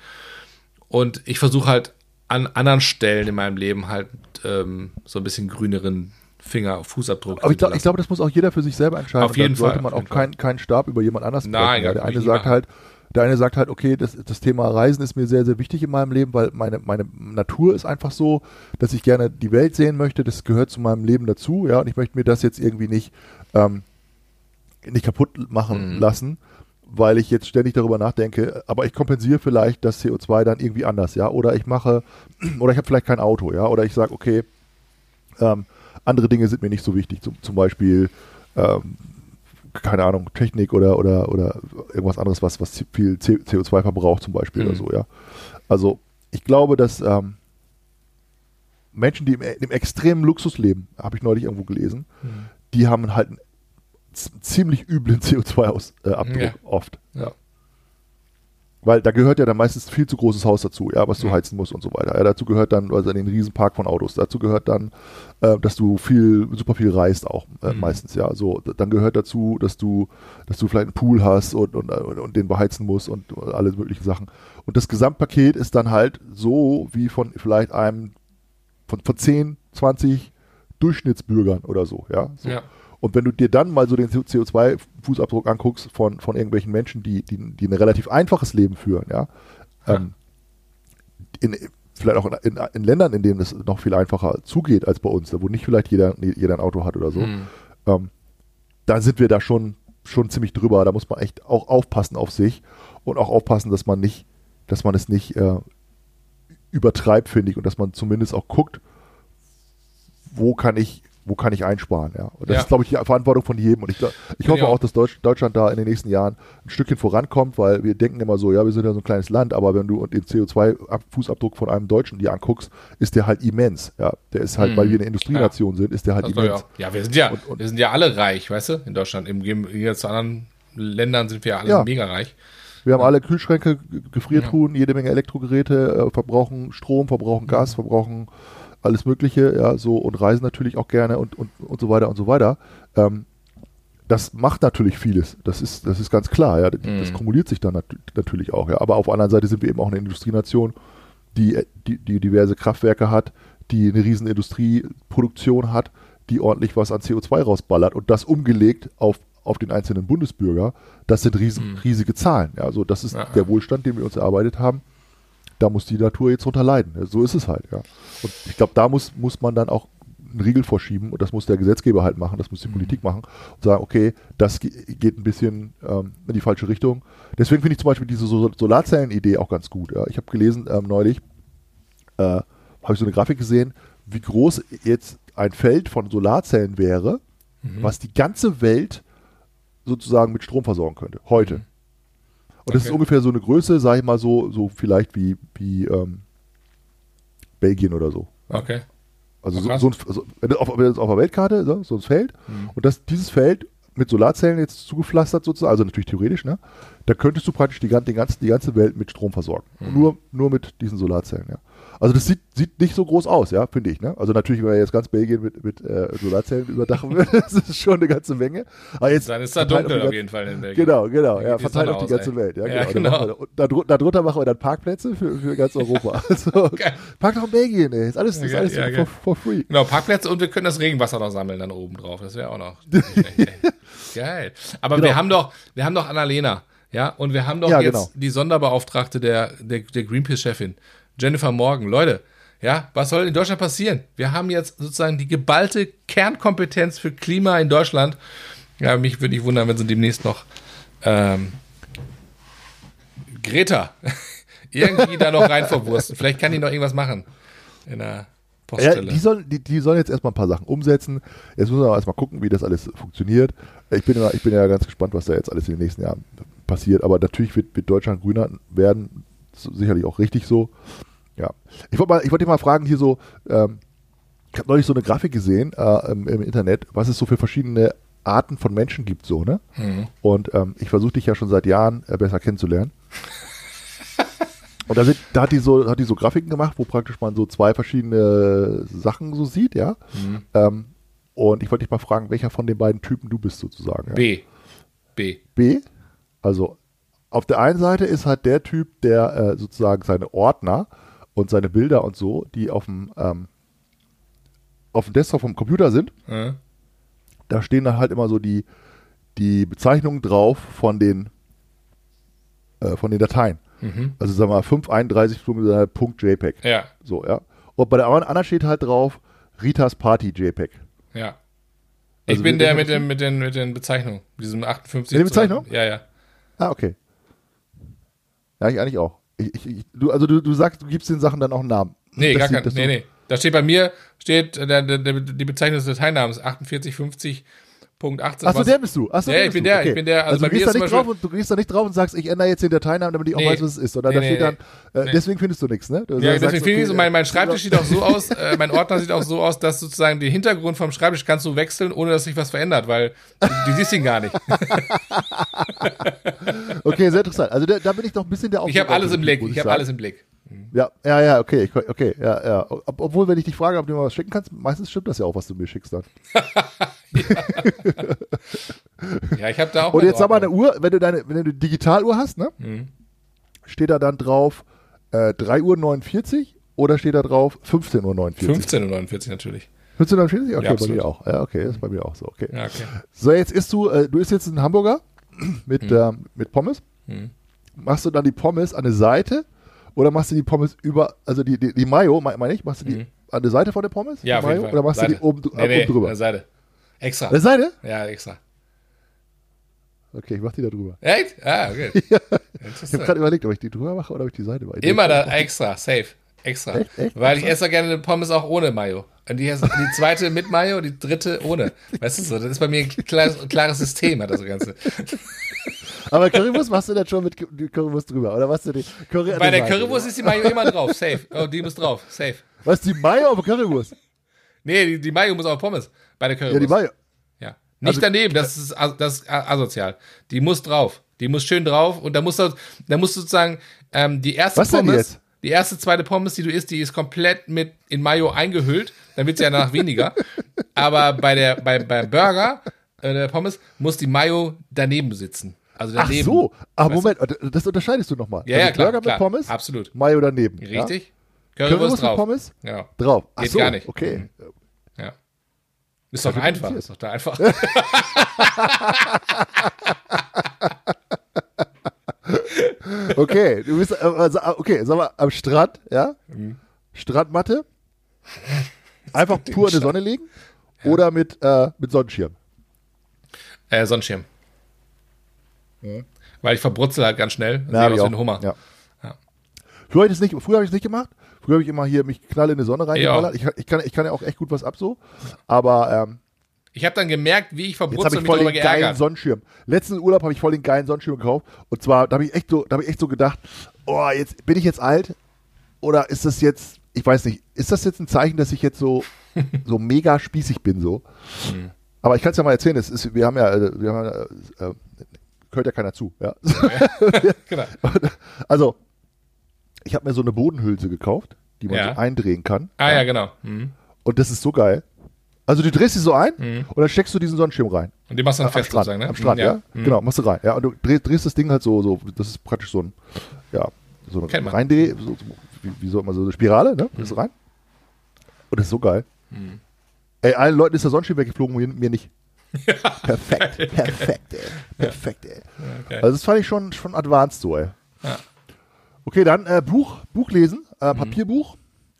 und ich versuche halt an anderen Stellen in meinem Leben halt ähm, so ein bisschen grüneren Finger, Fußabdruck. Aber ich, glaub, ich glaube, das muss auch jeder für sich selber entscheiden. Auf jeden da sollte Fall. man auch keinen kein Stab über jemand anders Nein, ja, der eine sagt halt, der eine sagt halt, okay, das, das Thema Reisen ist mir sehr, sehr wichtig in meinem Leben, weil meine, meine Natur ist einfach so, dass ich gerne die Welt sehen möchte. Das gehört zu meinem Leben dazu, ja, und ich möchte mir das jetzt irgendwie nicht, ähm, nicht kaputt machen mhm. lassen, weil ich jetzt ständig darüber nachdenke, aber ich kompensiere vielleicht das C O zwei dann irgendwie anders, ja, oder ich mache, oder ich habe vielleicht kein Auto, ja, oder ich sage, okay, ähm, andere Dinge sind mir nicht so wichtig, zum, zum Beispiel, ähm, keine Ahnung, Technik oder, oder, oder irgendwas anderes, was, was viel C O zwei verbraucht zum Beispiel mhm. oder so, ja. Also ich glaube, dass ähm, Menschen, die im, im extremen Luxus leben, habe ich neulich irgendwo gelesen, mhm. die haben halt einen z- ziemlich üblen C O zwei Abdruck ja. oft. Ja. Weil da gehört ja dann meistens viel zu großes Haus dazu, ja, was du mhm. heizen musst und so weiter. Ja, dazu gehört dann, also den Riesenpark von Autos, dazu gehört dann, äh, dass du viel, super viel reist auch äh, mhm. meistens, ja. So, dann gehört dazu, dass du, dass du vielleicht einen Pool hast und, und, und den beheizen musst und alle möglichen Sachen. Und das Gesamtpaket ist dann halt so wie von vielleicht einem von, von zehn, zwanzig Durchschnittsbürgern oder so, ja. So. Ja. Und wenn du dir dann mal so den C O zwei Fußabdruck anguckst von, von irgendwelchen Menschen, die, die, die ein relativ einfaches Leben führen, ja, ja. Ähm, in, vielleicht auch in, in Ländern, in denen es noch viel einfacher zugeht als bei uns, wo nicht vielleicht jeder, jeder ein Auto hat oder so, mhm. ähm, da sind wir da schon, schon ziemlich drüber. Da muss man echt auch aufpassen auf sich und auch aufpassen, dass man nicht, dass man es nicht äh, übertreibt, finde ich, und dass man zumindest auch guckt, wo kann ich wo kann ich einsparen, ja. Und das ja. ist, glaube ich, die Verantwortung von jedem. Und ich, ich hoffe ja. auch, dass Deutsch, Deutschland da in den nächsten Jahren ein Stückchen vorankommt, weil wir denken immer so, ja, wir sind ja so ein kleines Land, aber wenn du den C O zwei Fußabdruck von einem Deutschen dir anguckst, ist der halt immens, ja. Der ist halt, mhm. weil wir eine Industrienation ja. sind, ist der halt also immens. Ja. ja, wir sind ja, und, und wir sind ja alle reich, weißt du, in Deutschland. Im Gegensatz zu anderen Ländern sind wir ja alle ja. mega reich. Wir haben alle Kühlschränke, Gefriertruhen, ja. jede Menge Elektrogeräte, äh, verbrauchen Strom, verbrauchen Gas, mhm. verbrauchen alles Mögliche, ja, so, und reisen natürlich auch gerne und, und, und so weiter und so weiter. Ähm, das macht natürlich vieles. Das ist, das ist ganz klar, ja. Das, mm. das kumuliert sich dann nat- natürlich auch, ja. Aber auf der anderen Seite sind wir eben auch eine Industrienation, die, die, die diverse Kraftwerke hat, die eine riesen Industrieproduktion hat, die ordentlich was an C O zwei rausballert und das umgelegt auf, auf den einzelnen Bundesbürger, das sind riesen, mhm. riesige Zahlen. Ja, also das ist ja, der Wohlstand, den wir uns erarbeitet haben. Da muss die Natur jetzt drunter leiden. So ist es halt. Ja. Und ich glaube, da muss, muss man dann auch einen Riegel vorschieben und das muss der Gesetzgeber halt machen, das muss die mhm. Politik machen und sagen, okay, das geht ein bisschen ähm, in die falsche Richtung. Deswegen finde ich zum Beispiel diese Solarzellen-Idee auch ganz gut. Ja. Ich habe gelesen ähm, neulich, äh, habe ich so eine Grafik gesehen, wie groß jetzt ein Feld von Solarzellen wäre, mhm. was die ganze Welt sozusagen mit Strom versorgen könnte, heute. Mhm. Und okay. das ist ungefähr so eine Größe, sage ich mal so, so vielleicht wie, wie ähm, Belgien oder so. Okay. Also so, so ein, also, wenn das auf, wenn das auf der Weltkarte, so, so ein Feld, mhm. und das, dieses Feld mit Solarzellen jetzt zugepflastert sozusagen, also natürlich theoretisch, ne, da könntest du praktisch die, die, ganze, die ganze Welt mit Strom versorgen. Mhm. Nur, nur mit diesen Solarzellen, ja. Also das sieht, sieht nicht so groß aus, ja, finde ich, ne. Also natürlich, wenn man jetzt ganz Belgien mit, mit äh, Solarzellen überdachen würde, das ist schon eine ganze Menge. Aber jetzt dann ist da dunkel auf, auf jeden Fall in Belgien. Genau, genau, ja, verteilt auf die ganze ey. Welt. Ja, ja genau. genau. Darunter, darunter machen wir dann Parkplätze für, für ganz Europa. Also, Park doch in Belgien, ey. Ist alles, ist alles ja, ja, for, for free. Genau, Parkplätze und wir können das Regenwasser noch sammeln dann oben drauf. Das wäre auch noch geil. Aber genau. wir haben doch, wir haben doch Annalena, ja, und wir haben doch ja, jetzt genau. die Sonderbeauftragte der, der, der Greenpeace-Chefin, Jennifer Morgan. Leute, ja, was soll in Deutschland passieren? Wir haben jetzt sozusagen die geballte Kernkompetenz für Klima in Deutschland. Ja, mich würde nicht wundern, wenn sie demnächst noch ähm, Greta irgendwie da noch rein verwursten. Vielleicht kann die noch irgendwas machen in der Poststelle. Ja, die sollen, die, die sollen jetzt erstmal ein paar Sachen umsetzen. Jetzt müssen wir aber erstmal gucken, wie das alles funktioniert. Ich bin, immer, ich bin ja ganz gespannt, was da jetzt alles in den nächsten Jahren passiert. Aber natürlich wird, wird Deutschland grüner werden. Sicherlich auch richtig so. Ja. Ich wollte mal, ich wollte dich mal fragen, hier so, ähm, ich habe neulich so eine Grafik gesehen äh, im, im Internet, was es so für verschiedene Arten von Menschen gibt, so, ne? Mhm. Und ähm, ich versuche dich ja schon seit Jahren äh, besser kennenzulernen. Und da, sind, da hat die so, hat die so Grafiken gemacht, wo praktisch man so zwei verschiedene Sachen so sieht, ja. Mhm. Ähm, und ich wollte dich mal fragen, welcher von den beiden Typen du bist sozusagen. Ja? B. B. B? Also auf der einen Seite ist halt der Typ, der äh, sozusagen seine Ordner und seine Bilder und so, die auf dem ähm, auf dem Desktop vom Computer sind, mhm. da stehen dann halt immer so die, die Bezeichnungen drauf von den äh, von den Dateien. Mhm. Also sagen wir mal fünf einunddreißig Punkt JPEG. Ja. So, ja. Und bei der anderen steht halt drauf Ritas Party JPEG. Ja. Ich also bin der mit den, mit, den, mit den Bezeichnungen. Diesem achtundfünfzig. Mit den Bezeichnungen? Ja, ja. Ah, okay. Ja, ich eigentlich auch. Ich, ich, ich, du, also du, du sagst, du gibst den Sachen dann auch einen Namen. Nee, das gar kein, nee, nee. Da steht bei mir, steht der, der, der, die Bezeichnung des Dateinamens achtundvierzig fünfzig Punkt achtzehn. Achso, der bist du. Achso, ja, ich bin der, okay. ich bin der. Also, also bei du, gehst mir da nicht drauf und, du gehst da nicht drauf und sagst, ich ändere jetzt den Dateinamen, damit ich auch nee, weiß, was es ist. Sondern nee, da steht dann, äh, nee. deswegen findest du nichts, ne? Du ja, deswegen finde ich so, mein, mein Schreibtisch sieht auch so aus, äh, mein Ordner sieht auch so aus, dass sozusagen den Hintergrund vom Schreibtisch kannst du wechseln, ohne dass sich was verändert, weil du, du siehst ihn gar nicht. Okay, sehr interessant. Also da, da bin ich doch ein bisschen der Aufmerksam. Ich habe alles im Blick, ich habe alles im Blick. Ja, ja, ja, okay, ich, okay, ja, ja. Ob, obwohl, wenn ich dich frage, ob du mir was schicken kannst, meistens stimmt das ja auch, was du mir schickst dann. Ja, ich habe da auch. Und jetzt sag mal eine Uhr, wenn du deine, wenn du eine Digitaluhr hast, ne? Mhm. Steht da dann drauf äh, drei Uhr neunundvierzig oder steht da drauf fünfzehn Uhr neunundvierzig? fünfzehn Uhr neunundvierzig natürlich. fünfzehn Uhr neunundvierzig? Okay, ja, bei mir auch. Ja, okay, das ist bei mir auch so, okay. Ja, okay. So, jetzt isst du, äh, du isst jetzt einen Hamburger mit, mhm. äh, mit Pommes. Mhm. Machst du dann die Pommes an der Seite oder machst du die Pommes über, also die, die, die Mayo, meine ich, machst du die mhm. an der Seite von der Pommes? Ja, auf jeden Mayo, Fall. Oder machst Seite. du die oben, nee, nee, oben drüber? An der Seite. Extra. An der Seite? Ja, extra. Okay, ich mach die da drüber. Echt? Ah, okay. Ja. Ich habe gerade überlegt, ob ich die drüber mache oder ob ich die Seite mache. Immer da extra, safe. Extra. Echt? Echt? Weil ich esse gerne Pommes auch ohne Mayo. Und die, die zweite mit Mayo, die dritte ohne. Weißt du so? Das ist bei mir ein klares, klares System, hat das Ganze. Aber Currywurst machst du dann schon mit Currywurst drüber? Oder was du die Curry Bei der Currywurst ist die Mayo immer drauf, safe. Oh, die muss drauf, safe. Was, die Mayo auf der Currywurst? Nee, die, die Mayo muss auf Pommes. Bei der Currywurst. Ja, die Mayo. Ja. Nicht also, daneben, das ist, das ist asozial. Die muss drauf. Die muss schön drauf und da musst du, da musst du sozusagen ähm, die erste was Pommes, denn jetzt? die erste, zweite Pommes, die du isst, die ist komplett mit in Mayo eingehüllt. Dann wird sie ja danach weniger. Aber bei der, bei, beim Burger, äh, der Pommes, muss die Mayo daneben sitzen. Also daneben. Ach so, aber Moment, du? Das unterscheidest du nochmal. Ja, also ja, klar, Burger klar, mit Pommes, absolut. Mayo daneben. Richtig. Ja? Currywurst drauf. Mit Pommes? Ja. Drauf. Ach Geht so, gar nicht. Okay. Ja. Ist doch einfach. Ist doch da einfach. Okay, du bist, also, okay, sag mal, am Strand, ja? Mhm. Strandmatte. Einfach pur in die Sonne legen. Ja. Oder mit, äh, mit Sonnenschirm. Äh, Sonnenschirm. Mhm. Weil ich verbrutzel halt ganz schnell. Ja, sehe aus wie ein Hummer. Ja. Ja. Früher habe ich es nicht, nicht gemacht. Früher habe ich immer hier mich knall in die Sonne reingeballert. Ich, ich, kann, ich kann ja auch echt gut was ab so. Aber ähm, ich habe dann gemerkt, wie ich verbrutzel und mich darüber geärgert. Jetzt habe ich voll den geilen Sonnenschirm. Letzten Urlaub habe ich voll den geilen Sonnenschirm gekauft. Und zwar, da habe ich echt so, da habe ich echt so gedacht, oh, jetzt bin ich jetzt alt oder ist das jetzt, ich weiß nicht, ist das jetzt ein Zeichen, dass ich jetzt so so mega spießig bin so? Mhm. Aber ich kann es ja mal erzählen. Es ist, wir haben ja, wir haben ja, äh, hört ja keiner zu. Ja. Ja. Genau. Also ich habe mir so eine Bodenhülse gekauft, die man ja. so eindrehen kann. Ah ja, ja genau. Mhm. Und das ist so geil. Also du drehst sie so ein mhm. und dann steckst du diesen Sonnenschirm rein. Und den machst du dann fest Strand, sozusagen, ne? Am Strand, ja. ja. Mhm. Genau, machst du rein. Ja, und du drehst, drehst das Ding halt so, so, das ist praktisch so ein, ja, so ein Reindreh, so, so, wie, wie soll man so eine Spirale, ne? Mhm. Rein. Und das ist so geil. Mhm. Ey, allen Leuten ist der Sonnenschirm weggeflogen, mir, mir nicht. Ja. Perfekt, perfekt, ey. Perfekt, ey. Ja, okay. Also das fand ich schon, schon advanced so, ey. Ja. Okay, dann äh, Buch, Buch lesen, äh, Papierbuch mhm.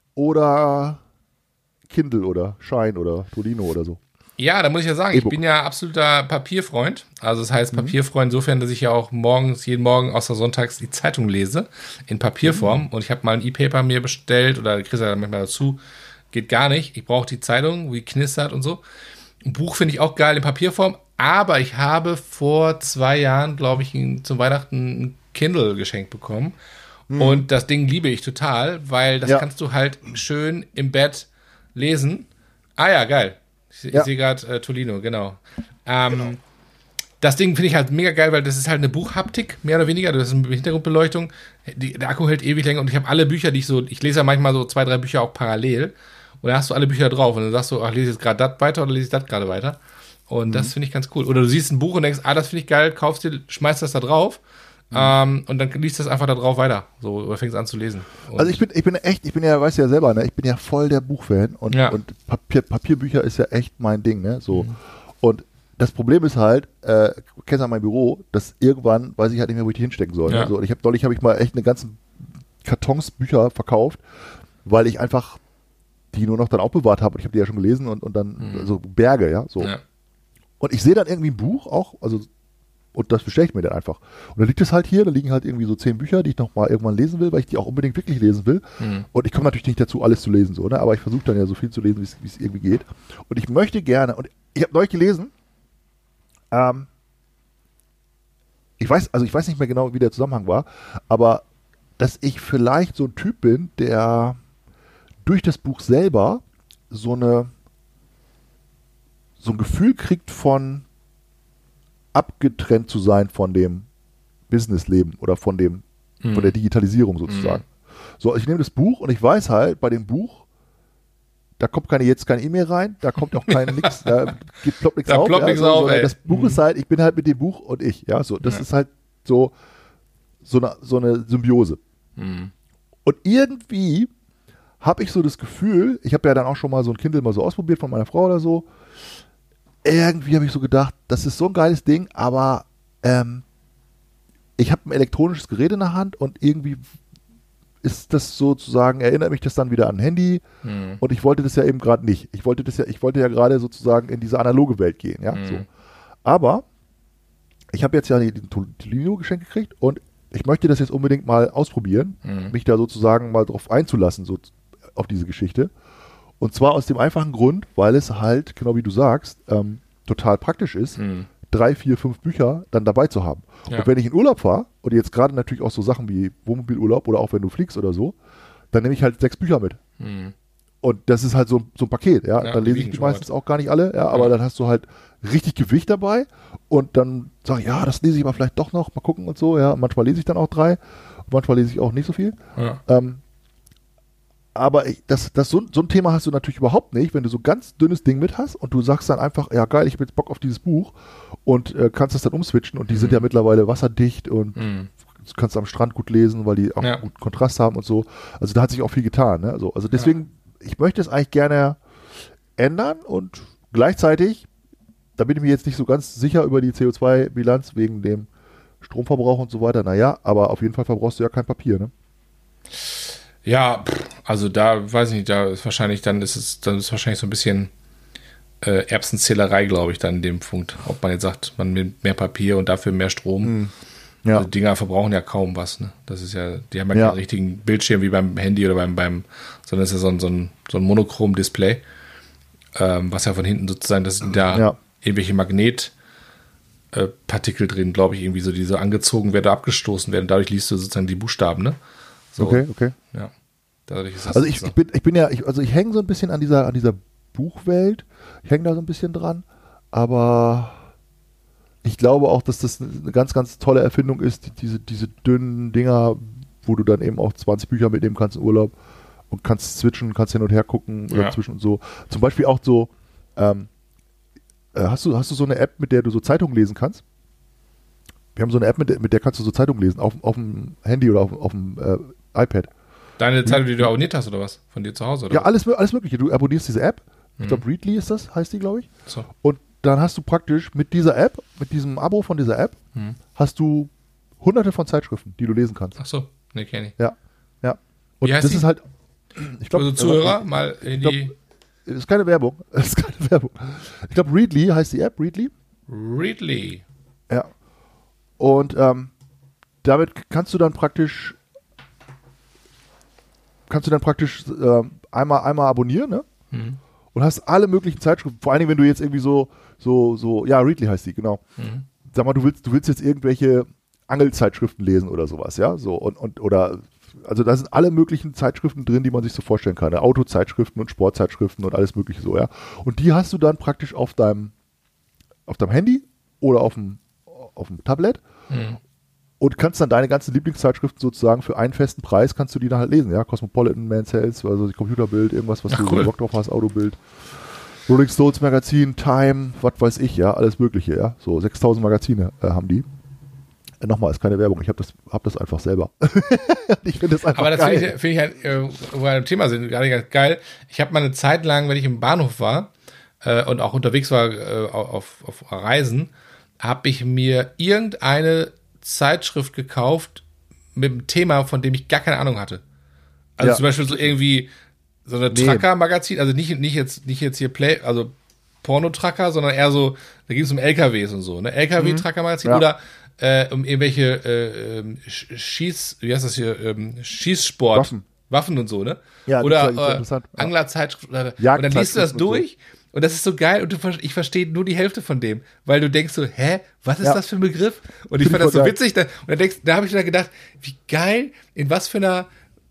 oder Kindle oder Shine oder Tolino oder so. Ja, da muss ich ja sagen, E-Book. Ich bin ja absoluter Papierfreund. Also das heißt Papierfreund insofern, dass ich ja auch morgens, jeden Morgen außer sonntags die Zeitung lese in Papierform. Mhm. Und ich habe mal ein E-Paper mir bestellt oder kriegst du ja manchmal dazu. Geht gar nicht. Ich brauche die Zeitung, wie knistert und so. Ein Buch finde ich auch geil in Papierform. Aber ich habe vor zwei Jahren, glaube ich, zum Weihnachten ein Kindle geschenkt bekommen. Mhm. Und das Ding liebe ich total, weil das ja. kannst du halt schön im Bett lesen. Ah ja, geil. Ich, ja. ich sehe gerade äh, Tolino, genau. Ähm, genau. Das Ding finde ich halt mega geil, weil das ist halt eine Buchhaptik, mehr oder weniger. Das ist eine Hintergrundbeleuchtung. Die, der Akku hält ewig länger und ich habe alle Bücher, die ich so, ich lese ja manchmal so zwei, drei Bücher auch parallel. Und da hast du alle Bücher drauf und dann sagst du, ach, lese ich jetzt gerade das weiter oder lese ich das gerade weiter. Und mhm. das finde ich ganz cool. Oder du siehst ein Buch und denkst, ah, das finde ich geil, kaufst dir, schmeißt das da drauf. Mhm. Ähm, und dann liest das einfach da drauf weiter. So, oder fängst an zu lesen. Und also ich bin, ich bin echt, ich bin ja, weißt du ja selber, ne, ich bin ja voll der Buchfan und, ja. und Papier, Papierbücher ist ja echt mein Ding, ne, so. Mhm. Und das Problem ist halt, äh, du kennst ja mein Büro, dass irgendwann weiß ich halt nicht mehr, wo ich die hinstecken soll. Ja. Ne? So, und ich habe neulich habe ich mal echt eine ganzen Kartons Bücher verkauft, weil ich einfach die nur noch dann aufbewahrt habe und ich habe die ja schon gelesen und, und dann mhm. so Berge, ja, so. Ja. Und ich sehe dann irgendwie ein Buch auch, also und das bestelle ich mir dann einfach. Und dann liegt es halt hier, da liegen halt irgendwie so zehn Bücher, die ich noch mal irgendwann lesen will, weil ich die auch unbedingt wirklich lesen will. Mhm. Und ich komme natürlich nicht dazu, alles zu lesen, so, ne? Aber ich versuche dann ja so viel zu lesen, wie es irgendwie geht. Und ich möchte gerne, und ich habe neulich gelesen, ähm, ich weiß, also ich weiß nicht mehr genau, wie der Zusammenhang war, aber dass ich vielleicht so ein Typ bin, der durch das Buch selber so eine so ein Gefühl kriegt von abgetrennt zu sein von dem Businessleben oder von dem mhm. von der Digitalisierung sozusagen. Mhm. So, ich nehme das Buch und ich weiß halt, bei dem Buch, da kommt keine jetzt kein E-Mail rein, da kommt auch kein nix, da gibt ploppt nichts auf. Ploppt ja, nix so, auf, ey. Das Buch mhm. ist halt, ich bin halt mit dem Buch und ich, ja, so, das ja. ist halt so so eine, so eine Symbiose. Mhm. Und irgendwie habe ich so das Gefühl, ich habe ja dann auch schon mal so ein Kindle mal so ausprobiert von meiner Frau oder so, irgendwie habe ich so gedacht, das ist so ein geiles Ding, aber ähm, ich habe ein elektronisches Gerät in der Hand und irgendwie ist das sozusagen, erinnert mich das dann wieder an ein Handy mhm. und ich wollte das ja eben gerade nicht. Ich wollte das ja, ich wollte ja gerade sozusagen in diese analoge Welt gehen, ja, mhm. so. Aber ich habe jetzt ja den Tolino geschenkt gekriegt und ich möchte das jetzt unbedingt mal ausprobieren, mhm. mich da sozusagen mal drauf einzulassen, so auf diese Geschichte. Und zwar aus dem einfachen Grund, weil es halt, genau wie du sagst, ähm, total praktisch ist, mhm. drei, vier, fünf Bücher dann dabei zu haben. Ja. Und wenn ich in Urlaub fahre, und jetzt gerade natürlich auch so Sachen wie Wohnmobilurlaub oder auch wenn du fliegst oder so, dann nehme ich halt sechs Bücher mit. Mhm. Und das ist halt so, so ein Paket, ja. ja dann lese ich die meistens auch gar nicht alle, ja, aber ja. dann hast du halt richtig Gewicht dabei und dann sage ich, ja, das lese ich aber vielleicht doch noch, mal gucken und so, ja. Manchmal lese ich dann auch drei, manchmal lese ich auch nicht so viel. Ja. Ähm, aber ich, das, das so, so ein Thema hast du natürlich überhaupt nicht, wenn du so ein ganz dünnes Ding mit hast und du sagst dann einfach, ja geil, ich habe jetzt Bock auf dieses Buch und äh, kannst das dann umswitchen und die mhm. sind ja mittlerweile wasserdicht und mhm. du kannst am Strand gut lesen, weil die auch ja. gut Kontrast haben und so. Also da hat sich auch viel getan. Ne? Also, also deswegen, ja. ich möchte es eigentlich gerne ändern und gleichzeitig, da bin ich mir jetzt nicht so ganz sicher über die C O zwei Bilanz wegen dem Stromverbrauch und so weiter. Naja, aber auf jeden Fall verbrauchst du ja kein Papier, ne? Ja, also da weiß ich nicht, da ist wahrscheinlich, dann ist es, dann ist wahrscheinlich so ein bisschen äh, Erbsenzählerei, glaube ich, dann in dem Punkt. Ob man jetzt sagt, man nimmt mehr Papier und dafür mehr Strom. Mhm. Ja. Also Dinger verbrauchen ja kaum was, ne? Das ist ja, die haben ja, Ja. keinen richtigen Bildschirm wie beim Handy oder beim, beim sondern es ist ja so ein, so ein, so ein Monochrom-Display, ähm, was ja von hinten sozusagen, das sind da Ja. irgendwelche Magnetpartikel drin, glaube ich, irgendwie so, die so angezogen werden, abgestoßen werden. Dadurch liest du sozusagen die Buchstaben, ne? So, Okay, okay. ja. Dadurch ist das Also ich, so. ich bin, ich bin ja, ich, also ich hänge so ein bisschen an dieser, an dieser Buchwelt. Ich hänge da so ein bisschen dran, aber ich glaube auch, dass das eine ganz, ganz tolle Erfindung ist, die, diese, diese dünnen Dinger, wo du dann eben auch zwanzig Bücher mitnehmen kannst im Urlaub und kannst switchen, kannst hin und her gucken oder Ja. zwischen und so. Zum Beispiel auch so, ähm, äh, hast du, hast du so eine App, mit der du so Zeitungen lesen kannst? Wir haben so eine App, mit der, mit der kannst du so Zeitungen lesen, auf, auf dem Handy oder auf, auf dem äh, iPad. Deine Zeitung, die du abonniert hast, oder was? Von dir zu Hause, oder? Ja, alles, alles Mögliche. Du abonnierst diese App. Mhm. Ich glaube, Readly ist das, heißt die, glaube ich. So. Und dann hast du praktisch mit dieser App, mit diesem Abo von dieser App, Mhm. hast du hunderte von Zeitschriften, die du lesen kannst. Ach so, ne, kenne ich. Ja, ja. Und Wie heißt das die? ist halt, ich glaube, Also Zuhörer, mal in glaub- die das ist keine Werbung. Das ist keine Werbung. Ich glaube, Readly heißt die App, Readly. Readly. Ja. Und ähm, damit kannst du dann praktisch kannst du dann praktisch ähm, einmal, einmal abonnieren, ne? Mhm. Und hast alle möglichen Zeitschriften, vor allen Dingen, wenn du jetzt irgendwie so, so, so, ja, Readly heißt die, genau. Mhm. Sag mal, du willst, du willst jetzt irgendwelche Angelzeitschriften lesen oder sowas, ja, so, und, und, oder, also da sind alle möglichen Zeitschriften drin, die man sich so vorstellen kann, ne? Autozeitschriften und Sportzeitschriften und alles mögliche so, ja. Und die hast du dann praktisch auf deinem, auf deinem Handy oder auf dem, auf dem Tablet Mhm. und kannst dann deine ganzen Lieblingszeitschriften sozusagen für einen festen Preis kannst du die dann halt lesen, ja, Cosmopolitan, Men's Health, also die Computerbild, irgendwas, was Ach, du cool. so Bock drauf hast, Autobild, Rolling Stones Magazin, Time, was weiß ich, ja, alles mögliche, ja, so sechstausend Magazine äh, haben die. Äh, nochmal, ist keine Werbung, ich habe das, hab das einfach selber. Ich finde das einfach Aber das geil. finde ich, find ich halt, äh, wo wir beim Thema sind, gerade ganz geil. Ich habe mal eine Zeit lang, wenn ich im Bahnhof war äh, und auch unterwegs war äh, auf, auf Reisen, habe ich mir irgendeine Zeitschrift gekauft mit einem Thema, von dem ich gar keine Ahnung hatte. Also Ja. zum Beispiel so irgendwie so eine Nee. Tracker-Magazin, also nicht, nicht, jetzt, nicht jetzt hier Play, also Porno-Tracker, sondern eher so, da ging es um L K Ws und so, ne? L K W-Tracker-Magazin Ja. oder äh, um irgendwelche äh, ähm, Sch- Schieß, wie heißt das hier, ähm, Schießsport. Waffen. Waffen und so, ne? Ja, das oder ist ja äh, interessant. Ja. Anglerzeitschrift. Oder, und dann liest du das Jagdzeitschriften und so. durch und das ist so geil und du, ver- ich verstehe nur die Hälfte von dem, weil du denkst so, hä, was ist Ja. das für ein Begriff? Und ich Find fand ich das so voll geil. witzig. Da, und dann denkst, da habe ich wieder gedacht, wie geil, in was für einer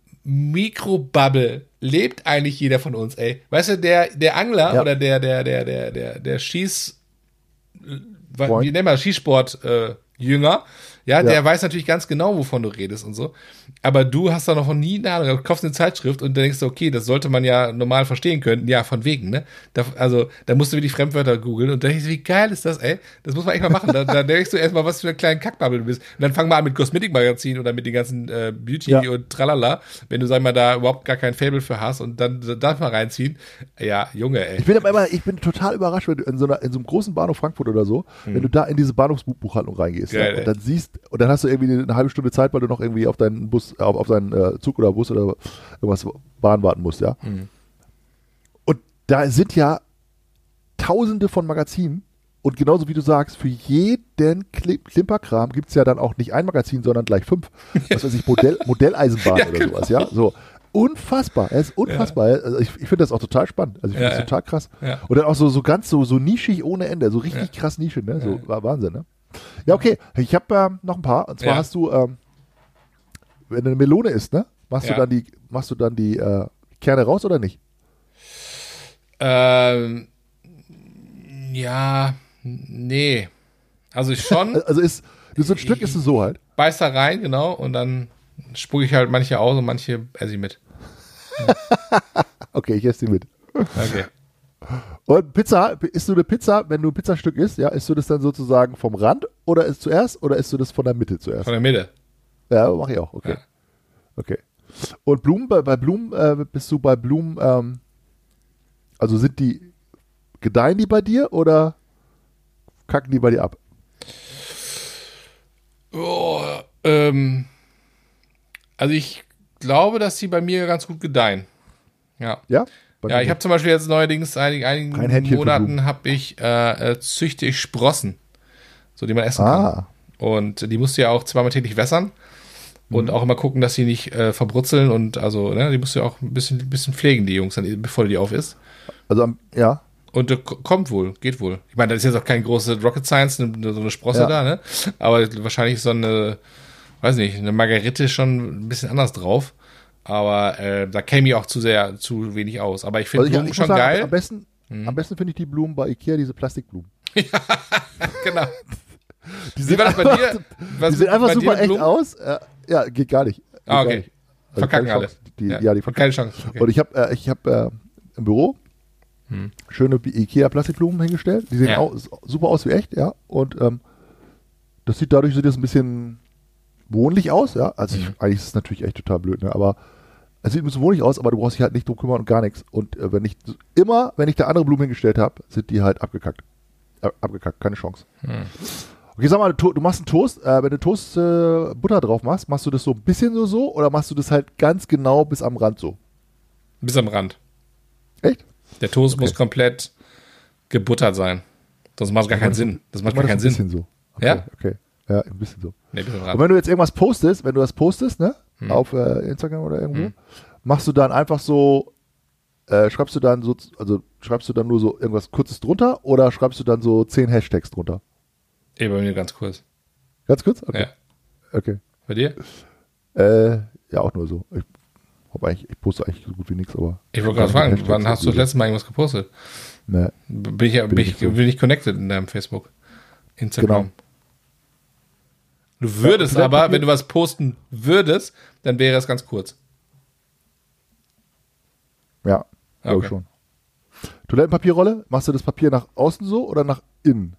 Mikrobubble lebt eigentlich jeder von uns, ey. Weißt du, der, der Angler Ja. oder der, der, der, der, der, der Schieß, wa- Freund. wie nennen wir das, Schießsport, äh, Jünger, ja, Ja. der weiß natürlich ganz genau, wovon du redest und so. Aber du hast da noch nie eine Ahnung. Du kaufst eine Zeitschrift und dann denkst du, okay, das sollte man ja normal verstehen können. Ja, von wegen, ne? Da, also, da musst du wirklich Fremdwörter googeln und dann denkst du, wie geil ist das, ey? Das muss man echt mal machen. Da, da denkst du erstmal, was für eine kleine Kackbubble du bist. Und dann fang mal an mit Kosmetikmagazin oder mit den ganzen äh, Beauty Ja. und tralala, wenn du, sag mal, da überhaupt gar kein Faible für hast und dann da mal reinziehen. Ja, Junge, ey. Ich bin aber immer, ich bin total überrascht, wenn du in so, einer, in so einem großen Bahnhof Frankfurt oder so, wenn du da in diese Bahnhofsbuchhandlung reingehst, Mhm. Geil, ja, ey. und dann siehst, und dann hast du irgendwie eine halbe Stunde Zeit, weil du noch irgendwie auf deinen Bus, auf, auf deinen äh, Zug oder Bus oder irgendwas Bahn warten musst, ja. Mhm. Und da sind ja tausende von Magazinen und genauso wie du sagst, für jeden Kli- Klimperkram gibt es ja dann auch nicht ein Magazin, sondern gleich fünf. Was weiß ich, Modell, Modelleisenbahn Ja, oder genau. sowas, ja. So. Unfassbar, es ist unfassbar. Also ich ich finde das auch total spannend. Also ich finde Ja, das total krass. Ja. Und dann auch so, so ganz so, so nischig ohne Ende, so richtig krass Nische, ne? So war Wahnsinn, ne? Ja, okay. Ich habe ähm, noch ein paar. Und zwar Ja. hast du, ähm, wenn du eine Melone isst, ne? Machst Ja. du dann die, machst du dann die äh, Kerne raus oder nicht? Ähm, ja, nee. Also ich schon. Also ist, so ein Stück ist es so halt. Beiß da rein, genau, und dann spucke ich halt manche aus und manche esse ich mit. Okay, ich esse die mit. Okay. Und Pizza, isst du eine Pizza, wenn du ein Pizzastück isst, ja, isst du das dann sozusagen vom Rand oder isst zuerst oder isst du das von der Mitte zuerst? Von der Mitte. Ja, mache ich auch, okay. Ja. Okay. Und Blumen, bei, bei Blumen, äh, bist du bei Blumen, ähm, also sind die Gedeihen die bei dir oder kacken die bei dir ab? Oh, ähm, also ich glaube, dass die bei mir ganz gut gedeihen. Ja. Ja? Bei Ja, mir ich habe zum Beispiel jetzt neuerdings einigen, einigen Ein Händchen für Monaten habe ich äh, äh, züchte ich Sprossen, so die man essen kann. Ah, Und die musst du ja auch zweimal täglich wässern und auch immer gucken, dass sie nicht äh, verbrutzeln und also, ne, die musst du ja auch ein bisschen, bisschen pflegen, die Jungs, dann, bevor du die auf isst. also am- ja. Und äh, k- kommt wohl, geht wohl. Ich meine, das ist jetzt auch kein große Rocket Science, ne, so eine Sprosse Ja. da, ne? Aber wahrscheinlich ist so eine, weiß nicht, eine Margarite schon ein bisschen anders drauf. Aber äh, da käme ich auch zu sehr, zu wenig aus. Aber ich finde Also ich, Blumen ich muss schon sagen, geil. Am besten, am besten finde ich die Blumen bei Ikea, diese Plastikblumen. Genau. Die Wie war das bei einfach- dir? Was Die sehen einfach bei dir super mit echt Blumen? aus. Äh, ja, geht gar nicht. Geht Ah, gar okay. nicht. Also Verkacken keine alle. Chance. Die, ja. die verkacken. Keine Chance. Okay. Und ich habe äh, ich hab, äh, im Büro Hm. schöne Ikea-Plastikblumen hingestellt. Die sehen Ja. auch super aus wie echt, ja. Und ähm, das sieht dadurch sieht das ein bisschen wohnlich aus, ja. Also ich, Mhm. eigentlich ist es natürlich echt total blöd, ne? Aber es sieht ein bisschen wohnlich aus, aber du brauchst dich halt nicht drum kümmern und gar nichts. Und äh, wenn ich immer, wenn ich da andere Blumen hingestellt habe, sind die halt abgekackt. Äh, abgekackt, keine Chance. Hm. Okay, sag mal, du, du machst einen Toast, äh, wenn du Toast äh, Butter drauf machst, machst du das so ein bisschen so so oder machst du das halt ganz genau bis am Rand so? Bis am Rand. Echt? Der Toast Okay. muss komplett gebuttert sein. Sonst macht es gar keinen Sinn. Das macht Ich mach gar das keinen ein Sinn. bisschen so. Okay, Ja? okay. Ja, ein bisschen so. Nee, bis am Und Rand. wenn du jetzt irgendwas postest, wenn du das postest, ne, Hm. auf äh, Instagram oder irgendwo, Hm. machst du dann einfach so, äh, schreibst du dann so, also schreibst du dann nur so irgendwas Kurzes drunter oder schreibst du dann so zehn Hashtags drunter? Eh, bei mir ganz kurz. Ganz kurz? Okay. Ja. Okay. Bei dir? Äh, ja, auch nur so. Ich, hab eigentlich, ich poste eigentlich so gut wie nichts, aber. Ich wollte gerade fragen, wann hast du das letzte Mal irgendwas gepostet? Ne, Bin ich, ja- bin Bin ich, ich so. bin ich connected in deinem Facebook? Instagram. Genau. Du würdest Ja, aber, Papier- wenn du was posten würdest, dann wäre es ganz kurz. ja, glaube Okay. ich schon. Toilettenpapierrolle, machst du das Papier nach außen so oder nach innen?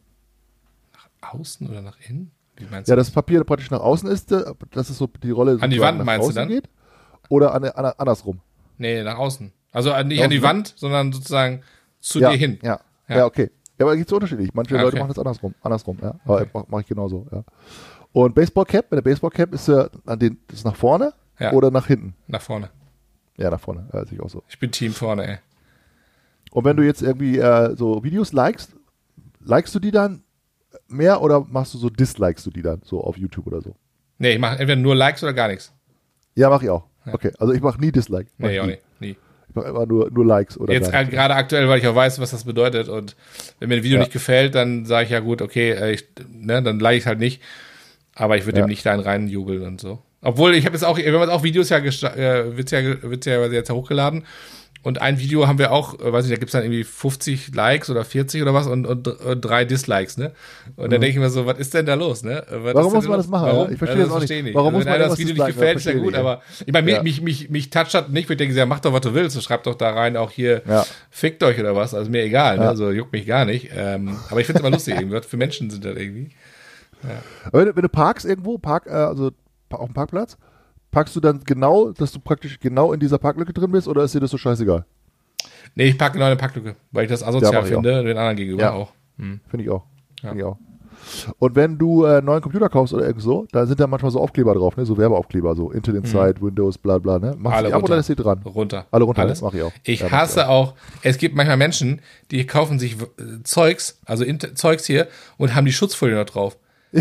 Außen oder nach innen? Wie meinst Ja, du? das Papier praktisch nach außen ist, äh, dass es so die Rolle An die sozusagen Wand nach meinst du außen dann? geht oder an, an, andersrum? Nee, nach außen. Also äh, nicht an die Außen? Wand, sondern sozusagen zu ja, dir hin. Ja, Ja. ja. okay. Ja, aber gibt es unterschiedlich. Manche Ah, Leute okay. machen das andersrum. Andersrum, ja. Aber Okay. mache mach ich genauso, ja. Und Baseballcap, bei der Baseballcap ist ja an den, das ist nach vorne Ja. oder nach hinten? Nach vorne. Ja, nach vorne. Ja, sehe ich auch so. Ich bin Team vorne, ey. Und wenn du jetzt irgendwie äh, so Videos likest, likest du die dann mehr oder machst du so Dislikes du die dann so auf YouTube oder so? Nee, ich mache entweder nur Likes oder gar nichts. Ja, mache ich auch. Ja. Okay, also ich mache nie Dislike. Mach Nee, ich auch nie. nicht. Nie. Ich mache immer nur, nur Likes oder Jetzt gar halt nichts. gerade aktuell, weil ich auch weiß, was das bedeutet. Und wenn mir ein Video Ja. nicht gefällt, dann sage ich ja gut, okay, äh, ich, ne, dann like ich halt nicht. Aber ich würde Ja. dem nicht da reinjubeln und so. Obwohl, ich habe jetzt auch, wir haben jetzt auch Videos ja, gesta- äh, wird's ja, wird's ja jetzt hochgeladen. Und ein Video haben wir auch, äh, weiß nicht, da gibt's dann irgendwie fünfzig Likes oder vierzig oder was und, und, und drei Dislikes, ne? Und dann denke ich mir so, was ist denn da los, ne? Was Warum ist denn muss da man los? das machen, Warum? ja? Ich verstehe das auch nicht. verstehe ich Warum Also muss wenn man einem das irgendwas Video nicht disliken? gefällt, ist ja Verstehe gut, ich, aber ich meine, Ja. mich, mich, mich toucht das nicht, ich denke, ja, mach doch, was du willst, schreibt doch da rein auch hier, Ja. fickt euch oder was, also mir egal, ne? Ja. Also juckt mich gar nicht. Ähm, aber ich finde es immer lustig, irgendwie. Was für Menschen sind das irgendwie? Aber wenn, du- wenn du parkst irgendwo, park, äh, also pa- auf dem Parkplatz, parkst du dann genau, dass du praktisch genau in dieser Parklücke drin bist oder ist dir das so scheißegal? Nee, ich packe genau eine Packlücke, weil ich das asozial Ja, mach ich finde, den anderen gegenüber Ja. auch. Hm. Finde ich auch. Ja. Finde ich auch. Und wenn du äh, einen neuen Computer kaufst oder irgend so, da sind da manchmal so Aufkleber drauf, ne? So Werbeaufkleber, so Internet Site, Windows, bla bla, ne? Machst Mhm. Alle du die ab runter. oder lässt du die dran? Runter. Alle runter, Alles. das mache ich auch. Ich Ja, mach ich hasse auch. es gibt manchmal Menschen, die kaufen sich äh, Zeugs, also Inter Zeugs hier und haben die Schutzfolie noch drauf.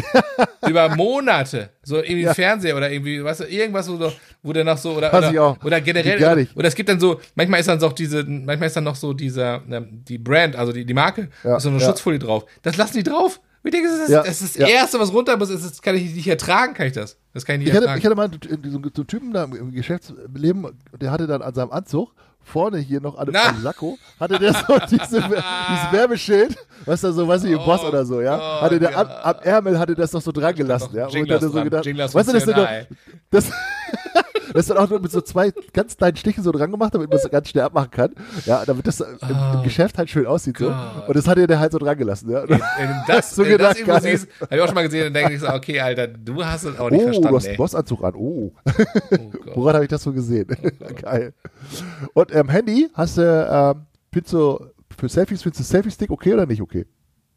Über Monate. So irgendwie Ja. Fernseher oder irgendwie, weißt du, irgendwas, wo, du- wo der noch so, oder, Hasse ich oder, auch. oder generell, Geht gar nicht. oder es gibt dann so, manchmal ist dann so auch diese, manchmal ist dann noch so dieser, ähm, die Brand, also die, die Marke, Ja, ist so eine ja. Schutzfolie drauf. Das lassen die drauf. Ich denke, das ist Ja, das, ist das ja. Erste, was runter muss, ist, das kann ich nicht ertragen, kann ich das? Das kann ich nicht Ich hatte, ertragen. ich hatte mal so, so einen Typen da im Geschäftsleben, der hatte dann an seinem Anzug vorne hier noch an Na. dem Sakko, hatte der so diese, dieses Werbeschild, was da so, was ich, im Boss Oh oder so, ja, Gott, hatte der ja. am, am Ärmel, hatte das noch so dran gelassen, ja, Jinglers und dann so dran, gedacht, Jinglers weißt du, das, funktional. das, das ist dann auch nur mit so zwei ganz kleinen Stichen so dran gemacht, damit man es ganz schnell abmachen kann, ja, damit das im, im Geschäft halt schön aussieht, so, Gott. und das hatte der halt so dran gelassen, ja. Wenn du das, So wenn du das gedacht, irgendwo geil. siehst, habe ich auch schon mal gesehen, dann denke ich so, okay, Alter, du hast es auch nicht Oh, verstanden, du hast ey. einen Bossanzug an. Oh. Oh Gott. Woran habe ich das so gesehen? Geil. Und ähm, Handy hast du ähm, Pizzo, für Selfies findest du Selfie-Stick okay oder nicht okay?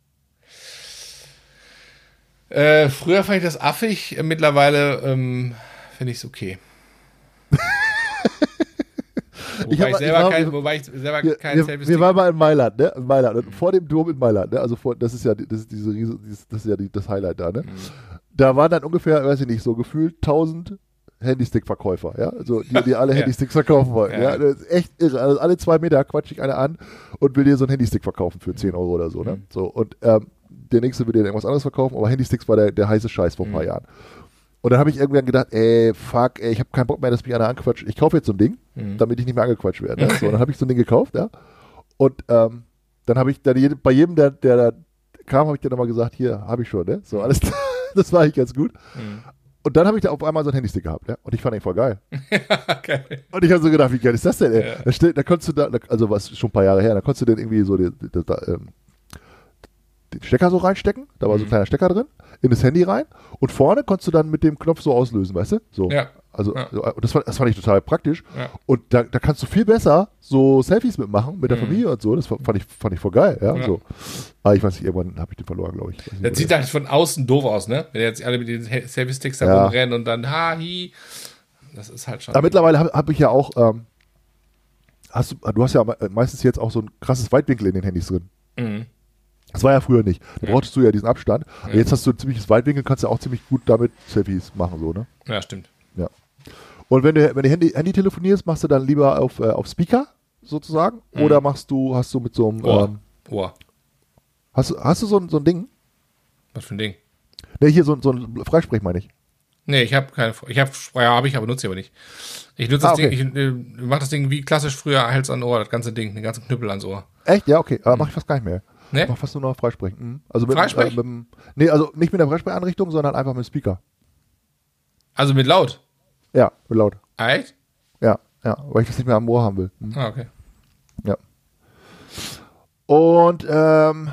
Äh, früher fand ich das affig, mittlerweile ähm, finde ich es okay. Wobei ich, ich, hab, selber ich war, kein, wobei ich selber wir, kein wir, Selfie-Stick. Wir waren mal in Mailand, ne? In Mailand. Und vor dem Dom in Mailand, ne? Also vor, das ist ja, das ist diese Riese, das ist ja die, das Highlight da, ne? Mhm. Da waren dann ungefähr, weiß ich nicht, so gefühlt tausend Handystick-Verkäufer, ja? Also die, die alle ja. Handysticks verkaufen wollen. Ja. Ja? Das ist echt irre. Also alle zwei Meter quatscht ich einer an und will dir so einen Handystick verkaufen für zehn Euro oder so, ne? Mhm. So, und ähm, der nächste will dir irgendwas anderes verkaufen, aber Handysticks war der, der heiße Scheiß vor ein paar mhm. Jahren. Und dann habe ich irgendwann gedacht, ey, fuck, ey, ich habe keinen Bock mehr, dass mich einer anquatscht. Ich kaufe jetzt so ein Ding, mhm. damit ich nicht mehr angequatscht werde. Ne? So, und dann habe ich so ein Ding gekauft, ja. Und ähm, dann habe ich dann jede, bei jedem, der, der da kam, habe ich dann nochmal gesagt, hier, habe ich schon, ne? So, alles klar. Das war eigentlich ganz gut. Mhm. Und dann habe ich da auf einmal so einen Handystick gehabt, ja. Und ich fand ihn voll geil. Geil. Und ich habe so gedacht, wie geil ist das denn, ey? Ja. Da, steht, da konntest du da, also was schon ein paar Jahre her, da konntest du den irgendwie so den, den, den, den Stecker so reinstecken, da war so ein kleiner Stecker drin, in das Handy rein und vorne konntest du dann mit dem Knopf so auslösen, weißt du? So. Ja. Also ja. das, war, das fand ich total praktisch. Ja. Und da, da kannst du viel besser so Selfies mitmachen mit der mhm. Familie und so. Das fand ich, fand ich voll geil. Ja, ja. So. Aber ich weiß nicht, irgendwann habe ich den verloren, glaube ich. Das sieht halt von außen doof aus, ne? Wenn jetzt alle mit den Selfie-Sticks da ja. rumrennen und dann ha, hi. Das ist halt schon. Aber mittlerweile habe hab ich ja auch, ähm, hast du, du hast ja meistens jetzt auch so ein krasses Weitwinkel in den Handys drin. Mhm. Das war ja früher nicht. Da ja. brauchtest du ja diesen Abstand. Ja. Jetzt hast du ein ziemliches Weitwinkel, kannst du ja auch ziemlich gut damit Selfies machen, so, ne? Ja, stimmt. Ja. Und wenn du, wenn du Handy, Handy telefonierst, machst du dann lieber auf, äh, auf Speaker sozusagen? Mhm. Oder machst du, hast du mit so einem Ohr. Ähm, Ohr. Hast, hast du so ein, so ein Ding? Was für ein Ding? Ne, hier so, so ein Freisprech, meine ich. Nee, ich habe keine. Ich habe ja, habe ich, aber nutze ich aber nicht. Ich nutze ah, das okay. Ding, ich äh, mache das Ding wie klassisch früher, hält's an Ohr, das ganze Ding, den ganzen Knüppel ans Ohr. Echt? Ja, okay. Aber mhm. mache ich fast gar nicht mehr. Nee? Ich mach fast nur noch Freisprechen. Mhm. Also mit, Freisprech? Äh, mit, nee, also nicht mit der Freisprechanrichtung, sondern einfach mit dem Speaker. Also mit laut? Ja, mit laut. Echt? Ja, ja, weil ich das nicht mehr am Ohr haben will. Mhm. Ah, okay. Ja. Und ähm,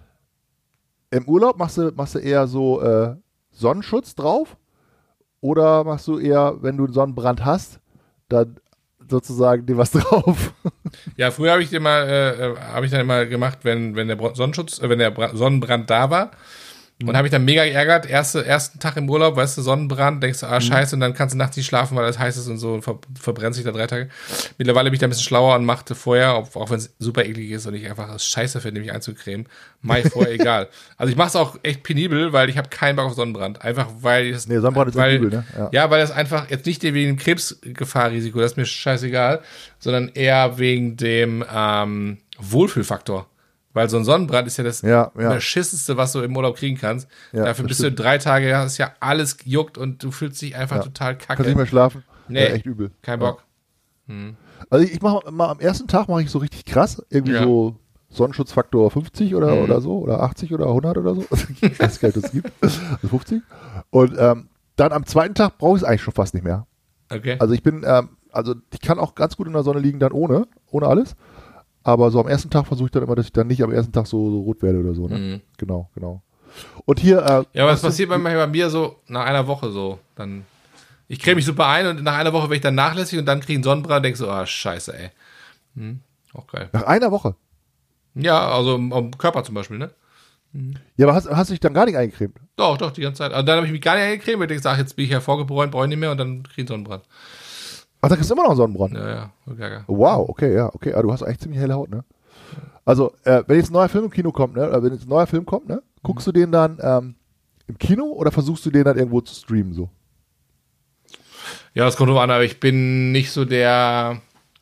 im Urlaub machst du, machst du eher so äh, Sonnenschutz drauf? Oder machst du eher, wenn du einen Sonnenbrand hast, dann sozusagen dir was drauf? Ja, früher habe ich den mal, äh, habe ich dann immer gemacht, wenn, wenn der Sonnenschutz, äh, wenn der Bra- Sonnenbrand da war. Und habe ich dann mega geärgert, erste, ersten Tag im Urlaub, weißt du, Sonnenbrand, denkst du, ah, scheiße, und dann kannst du nachts nicht schlafen, weil das heiß ist und so, und ver- verbrennst dich da drei Tage. Mittlerweile bin ich da ein bisschen schlauer und machte vorher, auch, auch wenn es super eklig ist und ich einfach das Scheiße finde, mich einzucremen, mach ich vorher egal. Also ich mache es auch echt penibel, weil ich habe keinen Bock auf Sonnenbrand. Einfach weil es, nee, Sonnenbrand ist weil, penibel, ne? Ja. ja, weil das einfach, jetzt nicht wegen dem Krebsgefahrrisiko, das ist mir scheißegal, sondern eher wegen dem ähm, Wohlfühlfaktor. Weil so ein Sonnenbrand ist ja das ja, ja. beschissenste, was du im Urlaub kriegen kannst. Ja, Dafür bist stimmt. du drei Tage, hast ja alles juckt und du fühlst dich einfach ja. total kacke. Kannst nicht mehr schlafen. Nee, ja, echt übel. Kein Bock. Ja. Hm. Also ich, ich mache mal am ersten Tag mache ich so richtig krass, irgendwie ja. so Sonnenschutzfaktor fünfzig oder, mhm. oder so, oder achtzig oder hundert oder so. Ich weiß gar nicht, ob es gibt. Also fünfzig. Und ähm, dann am zweiten Tag brauche ich es eigentlich schon fast nicht mehr. Okay. Also ich bin, ähm, also ich kann auch ganz gut in der Sonne liegen, dann ohne, ohne alles. Aber so am ersten Tag versuche ich dann immer, dass ich dann nicht am ersten Tag so, so rot werde oder so. Ne? Mhm. Genau, genau. Und hier. Äh, ja, aber das passiert manchmal bei mir so nach einer Woche so. Dann, ich creme mich super ein und nach einer Woche werde ich dann nachlässig und dann kriege ich einen Sonnenbrand und denke so, ah, scheiße, ey. Hm, auch geil. Nach einer Woche? Ja, also am Körper zum Beispiel, ne? Mhm. Ja, aber hast, hast du dich dann gar nicht eingecremt? Doch, doch, die ganze Zeit. Also dann habe ich mich gar nicht eingecremt, weil ich denke, ach, jetzt bin ich hervorgebräunt, brauche ich nicht mehr und dann kriege ich einen Sonnenbrand. Ach, da kriegst du immer noch einen Sonnenbrand? Ja, ja. Okay, wow, okay, ja, okay. Aber du hast eigentlich ziemlich helle Haut, ne? Also, äh, wenn jetzt ein neuer Film im Kino kommt, ne, oder wenn jetzt ein neuer Film kommt, ne, guckst du den dann ähm, im Kino oder versuchst du den dann irgendwo zu streamen, so? Ja, das kommt drauf an, aber ich bin nicht so der,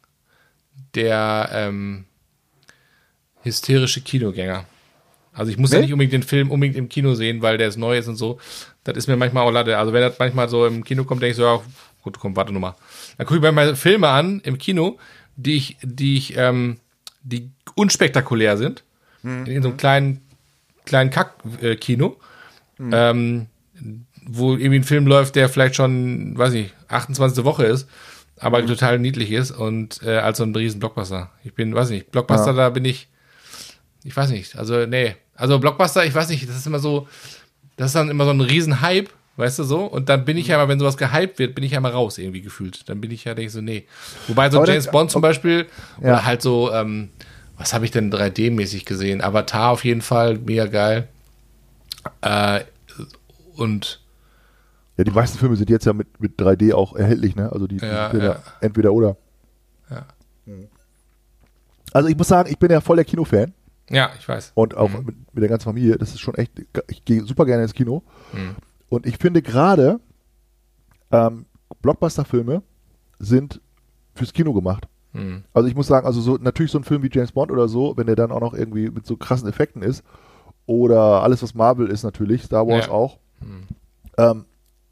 der, ähm, hysterische Kinogänger. Also ich muss nee? ja nicht unbedingt den Film unbedingt im Kino sehen, weil der ist neu ist und so. Das ist mir manchmal auch lade. Also wenn das manchmal so im Kino kommt, denke ich so, ja, gut, komm, warte nur mal. Dann gucke ich mir mal Filme an im Kino, die ich, die ich, ähm, die unspektakulär sind, mhm. in so einem kleinen, kleinen Kack-Kino, mhm. ähm, wo irgendwie ein Film läuft, der vielleicht schon, weiß ich, achtundzwanzigste Woche ist, aber mhm. total niedlich ist und äh, als so ein riesen Blockbuster. Ich bin, weiß nicht, Blockbuster, ja. da bin ich, ich weiß nicht, also nee, also Blockbuster, ich weiß nicht, das ist immer so, das ist dann immer so ein riesen Hype, weißt du so? Und dann bin ich ja immer, wenn sowas gehypt wird, bin ich ja mal raus irgendwie gefühlt. Dann bin ich ja, denke ich so, nee. Wobei so aber James das, Bond zum Beispiel, ja. oder halt so, ähm, Was habe ich denn drei D-mäßig gesehen? Avatar auf jeden Fall, mega geil. Äh, und Ja, die meisten Filme sind jetzt ja mit, mit drei D auch erhältlich, ne? Also die, die Ja, sind ja ja. entweder oder. Ja. Also ich muss sagen, ich bin ja voll der Kinofan Ja, ich weiß. und auch Mhm. mit, mit der ganzen Familie. Das ist schon echt, ich gehe super gerne ins Kino. Mhm. Und ich finde gerade ähm, Blockbuster-Filme sind fürs Kino gemacht. Mhm. Also ich muss sagen, also so natürlich so ein Film wie James Bond oder so, wenn der dann auch noch irgendwie mit so krassen Effekten ist oder alles, was Marvel ist natürlich, Star Wars Ja. auch. Mhm. Ähm,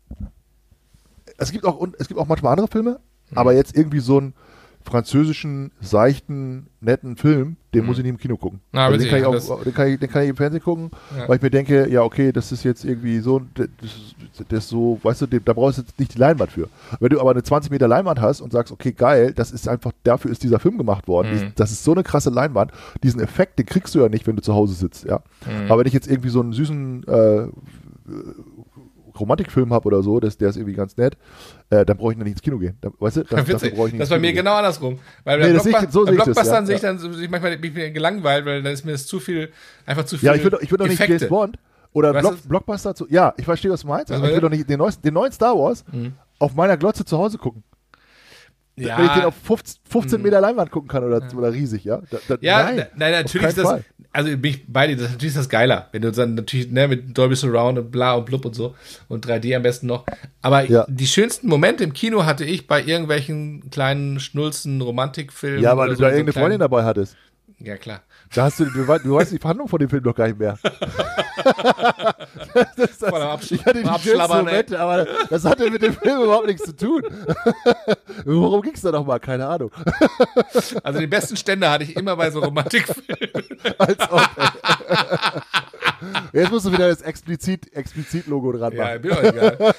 es gibt auch und es gibt auch manchmal andere Filme, aber jetzt irgendwie so einen französischen, seichten, netten Film, den muss ich nicht im Kino gucken. Na, Also den, witzig, kann ich das- auch, den, kann ich, den kann ich im Fernsehen gucken, Ja. weil ich mir denke, ja okay, das ist jetzt irgendwie so, das, das ist so, weißt du, dem- da brauchst du jetzt nicht die Leinwand für. Wenn du aber eine zwanzig Meter Leinwand hast und sagst, okay, geil, das ist einfach, dafür ist dieser Film gemacht worden. Mhm. Das ist so eine krasse Leinwand. Diesen Effekt, den kriegst du ja nicht, wenn du zu Hause sitzt, ja. Mhm. Aber wenn ich jetzt irgendwie so einen süßen äh, Romantikfilm habe oder so, das, der ist irgendwie ganz nett, äh, dann brauche ich noch nicht ins Kino gehen. Da, weißt du, das, dafür Witzig. brauche ich nicht Das ins ist bei mir Kino gehen. genau andersrum. Weil Nee, bei das sehe ich- Blockbus- so bei sehe ich das, Blockbustern ja, sehe ich ja. dann so- ich manchmal bin ich gelangweilt, weil dann ist mir das zu viel, einfach zu viel Ja, ich will doch, ich will doch nicht Effekte. James Bond oder Weißt Block, du? Blockbuster zu. Ja, ich verstehe, was du meinst, Was aber ich will will- doch nicht den, neuesten, den neuen Star Wars Mhm. auf meiner Glotze zu Hause gucken. Ja, Wenn ich den auf fünfzehn, fünfzehn Meter Leinwand gucken kann oder, oder riesig, ja? Da, da, ja, nein, nein, nein auf natürlich keinen ist das, Fall. also bin ich bei dir, das, natürlich ist das geiler, wenn du dann natürlich, ne, mit Dolby Surround und bla und blub und so und drei D am besten noch, aber Ja. die schönsten Momente im Kino hatte ich bei irgendwelchen kleinen Schnulzen Romantikfilmen. Ja, weil oder du so, da so irgendeine kleinen- Freundin dabei hattest. Ja, klar. Da hast du, du, weißt, du weißt die Verhandlung von dem Film doch gar nicht mehr. das, das, Voll am Absch- ich hatte die am schönsten Abschlabbern, ey. Momente, aber das hatte mit dem Film überhaupt nichts zu tun. Worum ging es da nochmal? Keine Ahnung. Also die besten Stände hatte ich immer bei so Romantikfilmen. Als ob, ey. Jetzt musst du wieder das explizit, explizit Logo dran machen. Ja, mir doch egal.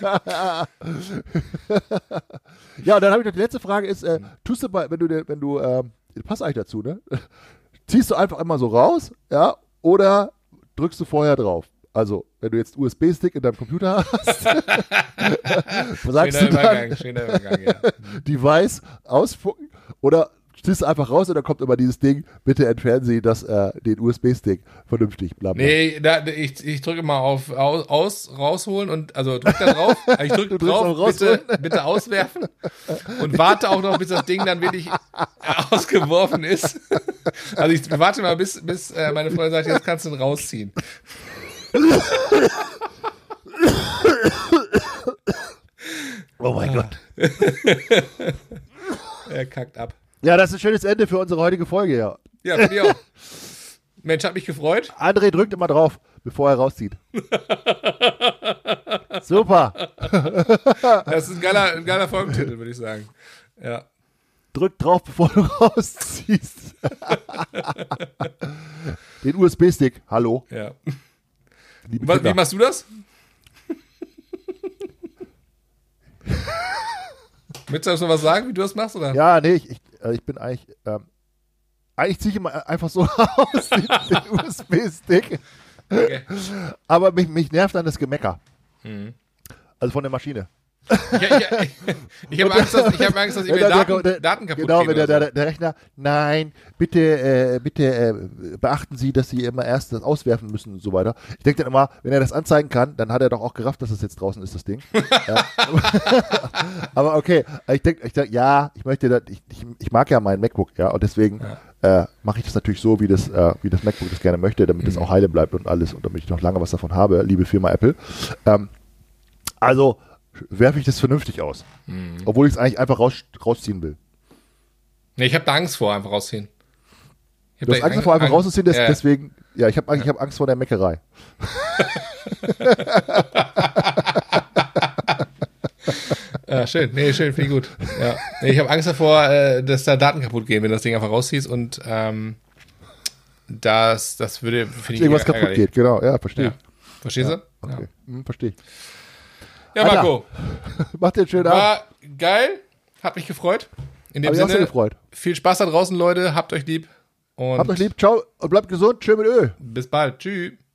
Ja, und dann habe ich noch die letzte Frage ist, äh, tust du bei, wenn du, dir- wenn du, ähm, passt eigentlich dazu, ne? Ziehst du einfach immer so raus, ja, oder drückst du vorher drauf? Also, wenn du jetzt U S B-Stick in deinem Computer hast, sagst Schöner du dann, Übergang, schöner Übergang, ja. Device ausspucken, oder ziehst du einfach raus und dann kommt immer dieses Ding, bitte entfernen Sie das, äh, den U S B-Stick vernünftig, bla bla. Nee, da, ich, ich drücke mal auf aus, aus, rausholen und, also drück da drauf, ich drücke Du drückst drauf, auf bitte, bitte auswerfen und warte auch noch, bis das Ding dann wirklich ausgeworfen ist. Also ich warte mal, bis, bis äh, meine Freundin sagt, jetzt kannst du ihn rausziehen. Oh mein Gott. Er kackt ab. Ja, das ist ein schönes Ende für unsere heutige Folge, ja. Ja, finde ich auch. Mensch, hat mich gefreut. André drückt immer drauf, bevor er rauszieht. Super. Das ist ein geiler, ein geiler Folgentitel, würde ich sagen. Ja. Drück drauf, bevor du rausziehst. Den U S B-Stick, hallo. Ja. Liebe Was, Kinder. wie machst du das? Willst du noch was sagen, wie du das machst? Oder? Ja, nee, ich, ich, äh, ich bin eigentlich, ähm, eigentlich ziehe ich immer einfach so raus, den, den U S B-Stick. Okay. Aber mich, mich nervt dann das Gemecker. Mhm. Also von der Maschine. Ich, ich, ich, ich habe Angst, dass ich, hab Angst, dass ich mir Der- der- Daten, der- Daten kaputt Genau, gehen wenn der, oder so. der, der Rechner, nein, bitte, äh, bitte äh, beachten Sie, dass Sie immer erst das auswerfen müssen und so weiter. Ich denke dann immer, wenn er das anzeigen kann, dann hat er doch auch gerafft, dass es jetzt draußen ist, das Ding. Ja. Aber okay, ich denke, ich denk, ja, ich möchte, das, ich, ich, ich mag ja mein MacBook, ja, und deswegen äh, mache ich das natürlich so, wie das, äh, wie das MacBook das gerne möchte, damit es Mhm. auch heile bleibt und alles und damit ich noch lange was davon habe, liebe Firma Apple. Ähm, also werfe ich das vernünftig aus. Mhm. Obwohl ich es eigentlich einfach raus, rausziehen will. Nee, ich habe da Angst vor, einfach rausziehen. Ich hab Du hast da Angst davor, einfach Ang- rauszuziehen, des, Ja. deswegen, ja, ich habe ich hab Angst vor der Meckerei. Ja, schön. Nee, schön, finde ich gut. Ja. Nee, ich habe Angst davor, äh, dass da Daten kaputt gehen, wenn du das Ding einfach rausziehst und ähm, das, das würde, finde ich, Irgendwas kaputt ärgerlich. geht, genau, ja, verstehe Ja. ich. Verstehst du? Okay, hm, verstehe ich. Ja, Alter, Marco, Macht dir einen schönen Abend. war geil, hat mich gefreut. In dem Hab mich auch sehr Sinne, gefreut. viel Spaß da draußen, Leute, habt euch lieb und Habt euch lieb, ciao und bleibt gesund, tschö mit Ö. bis bald. Tschüss.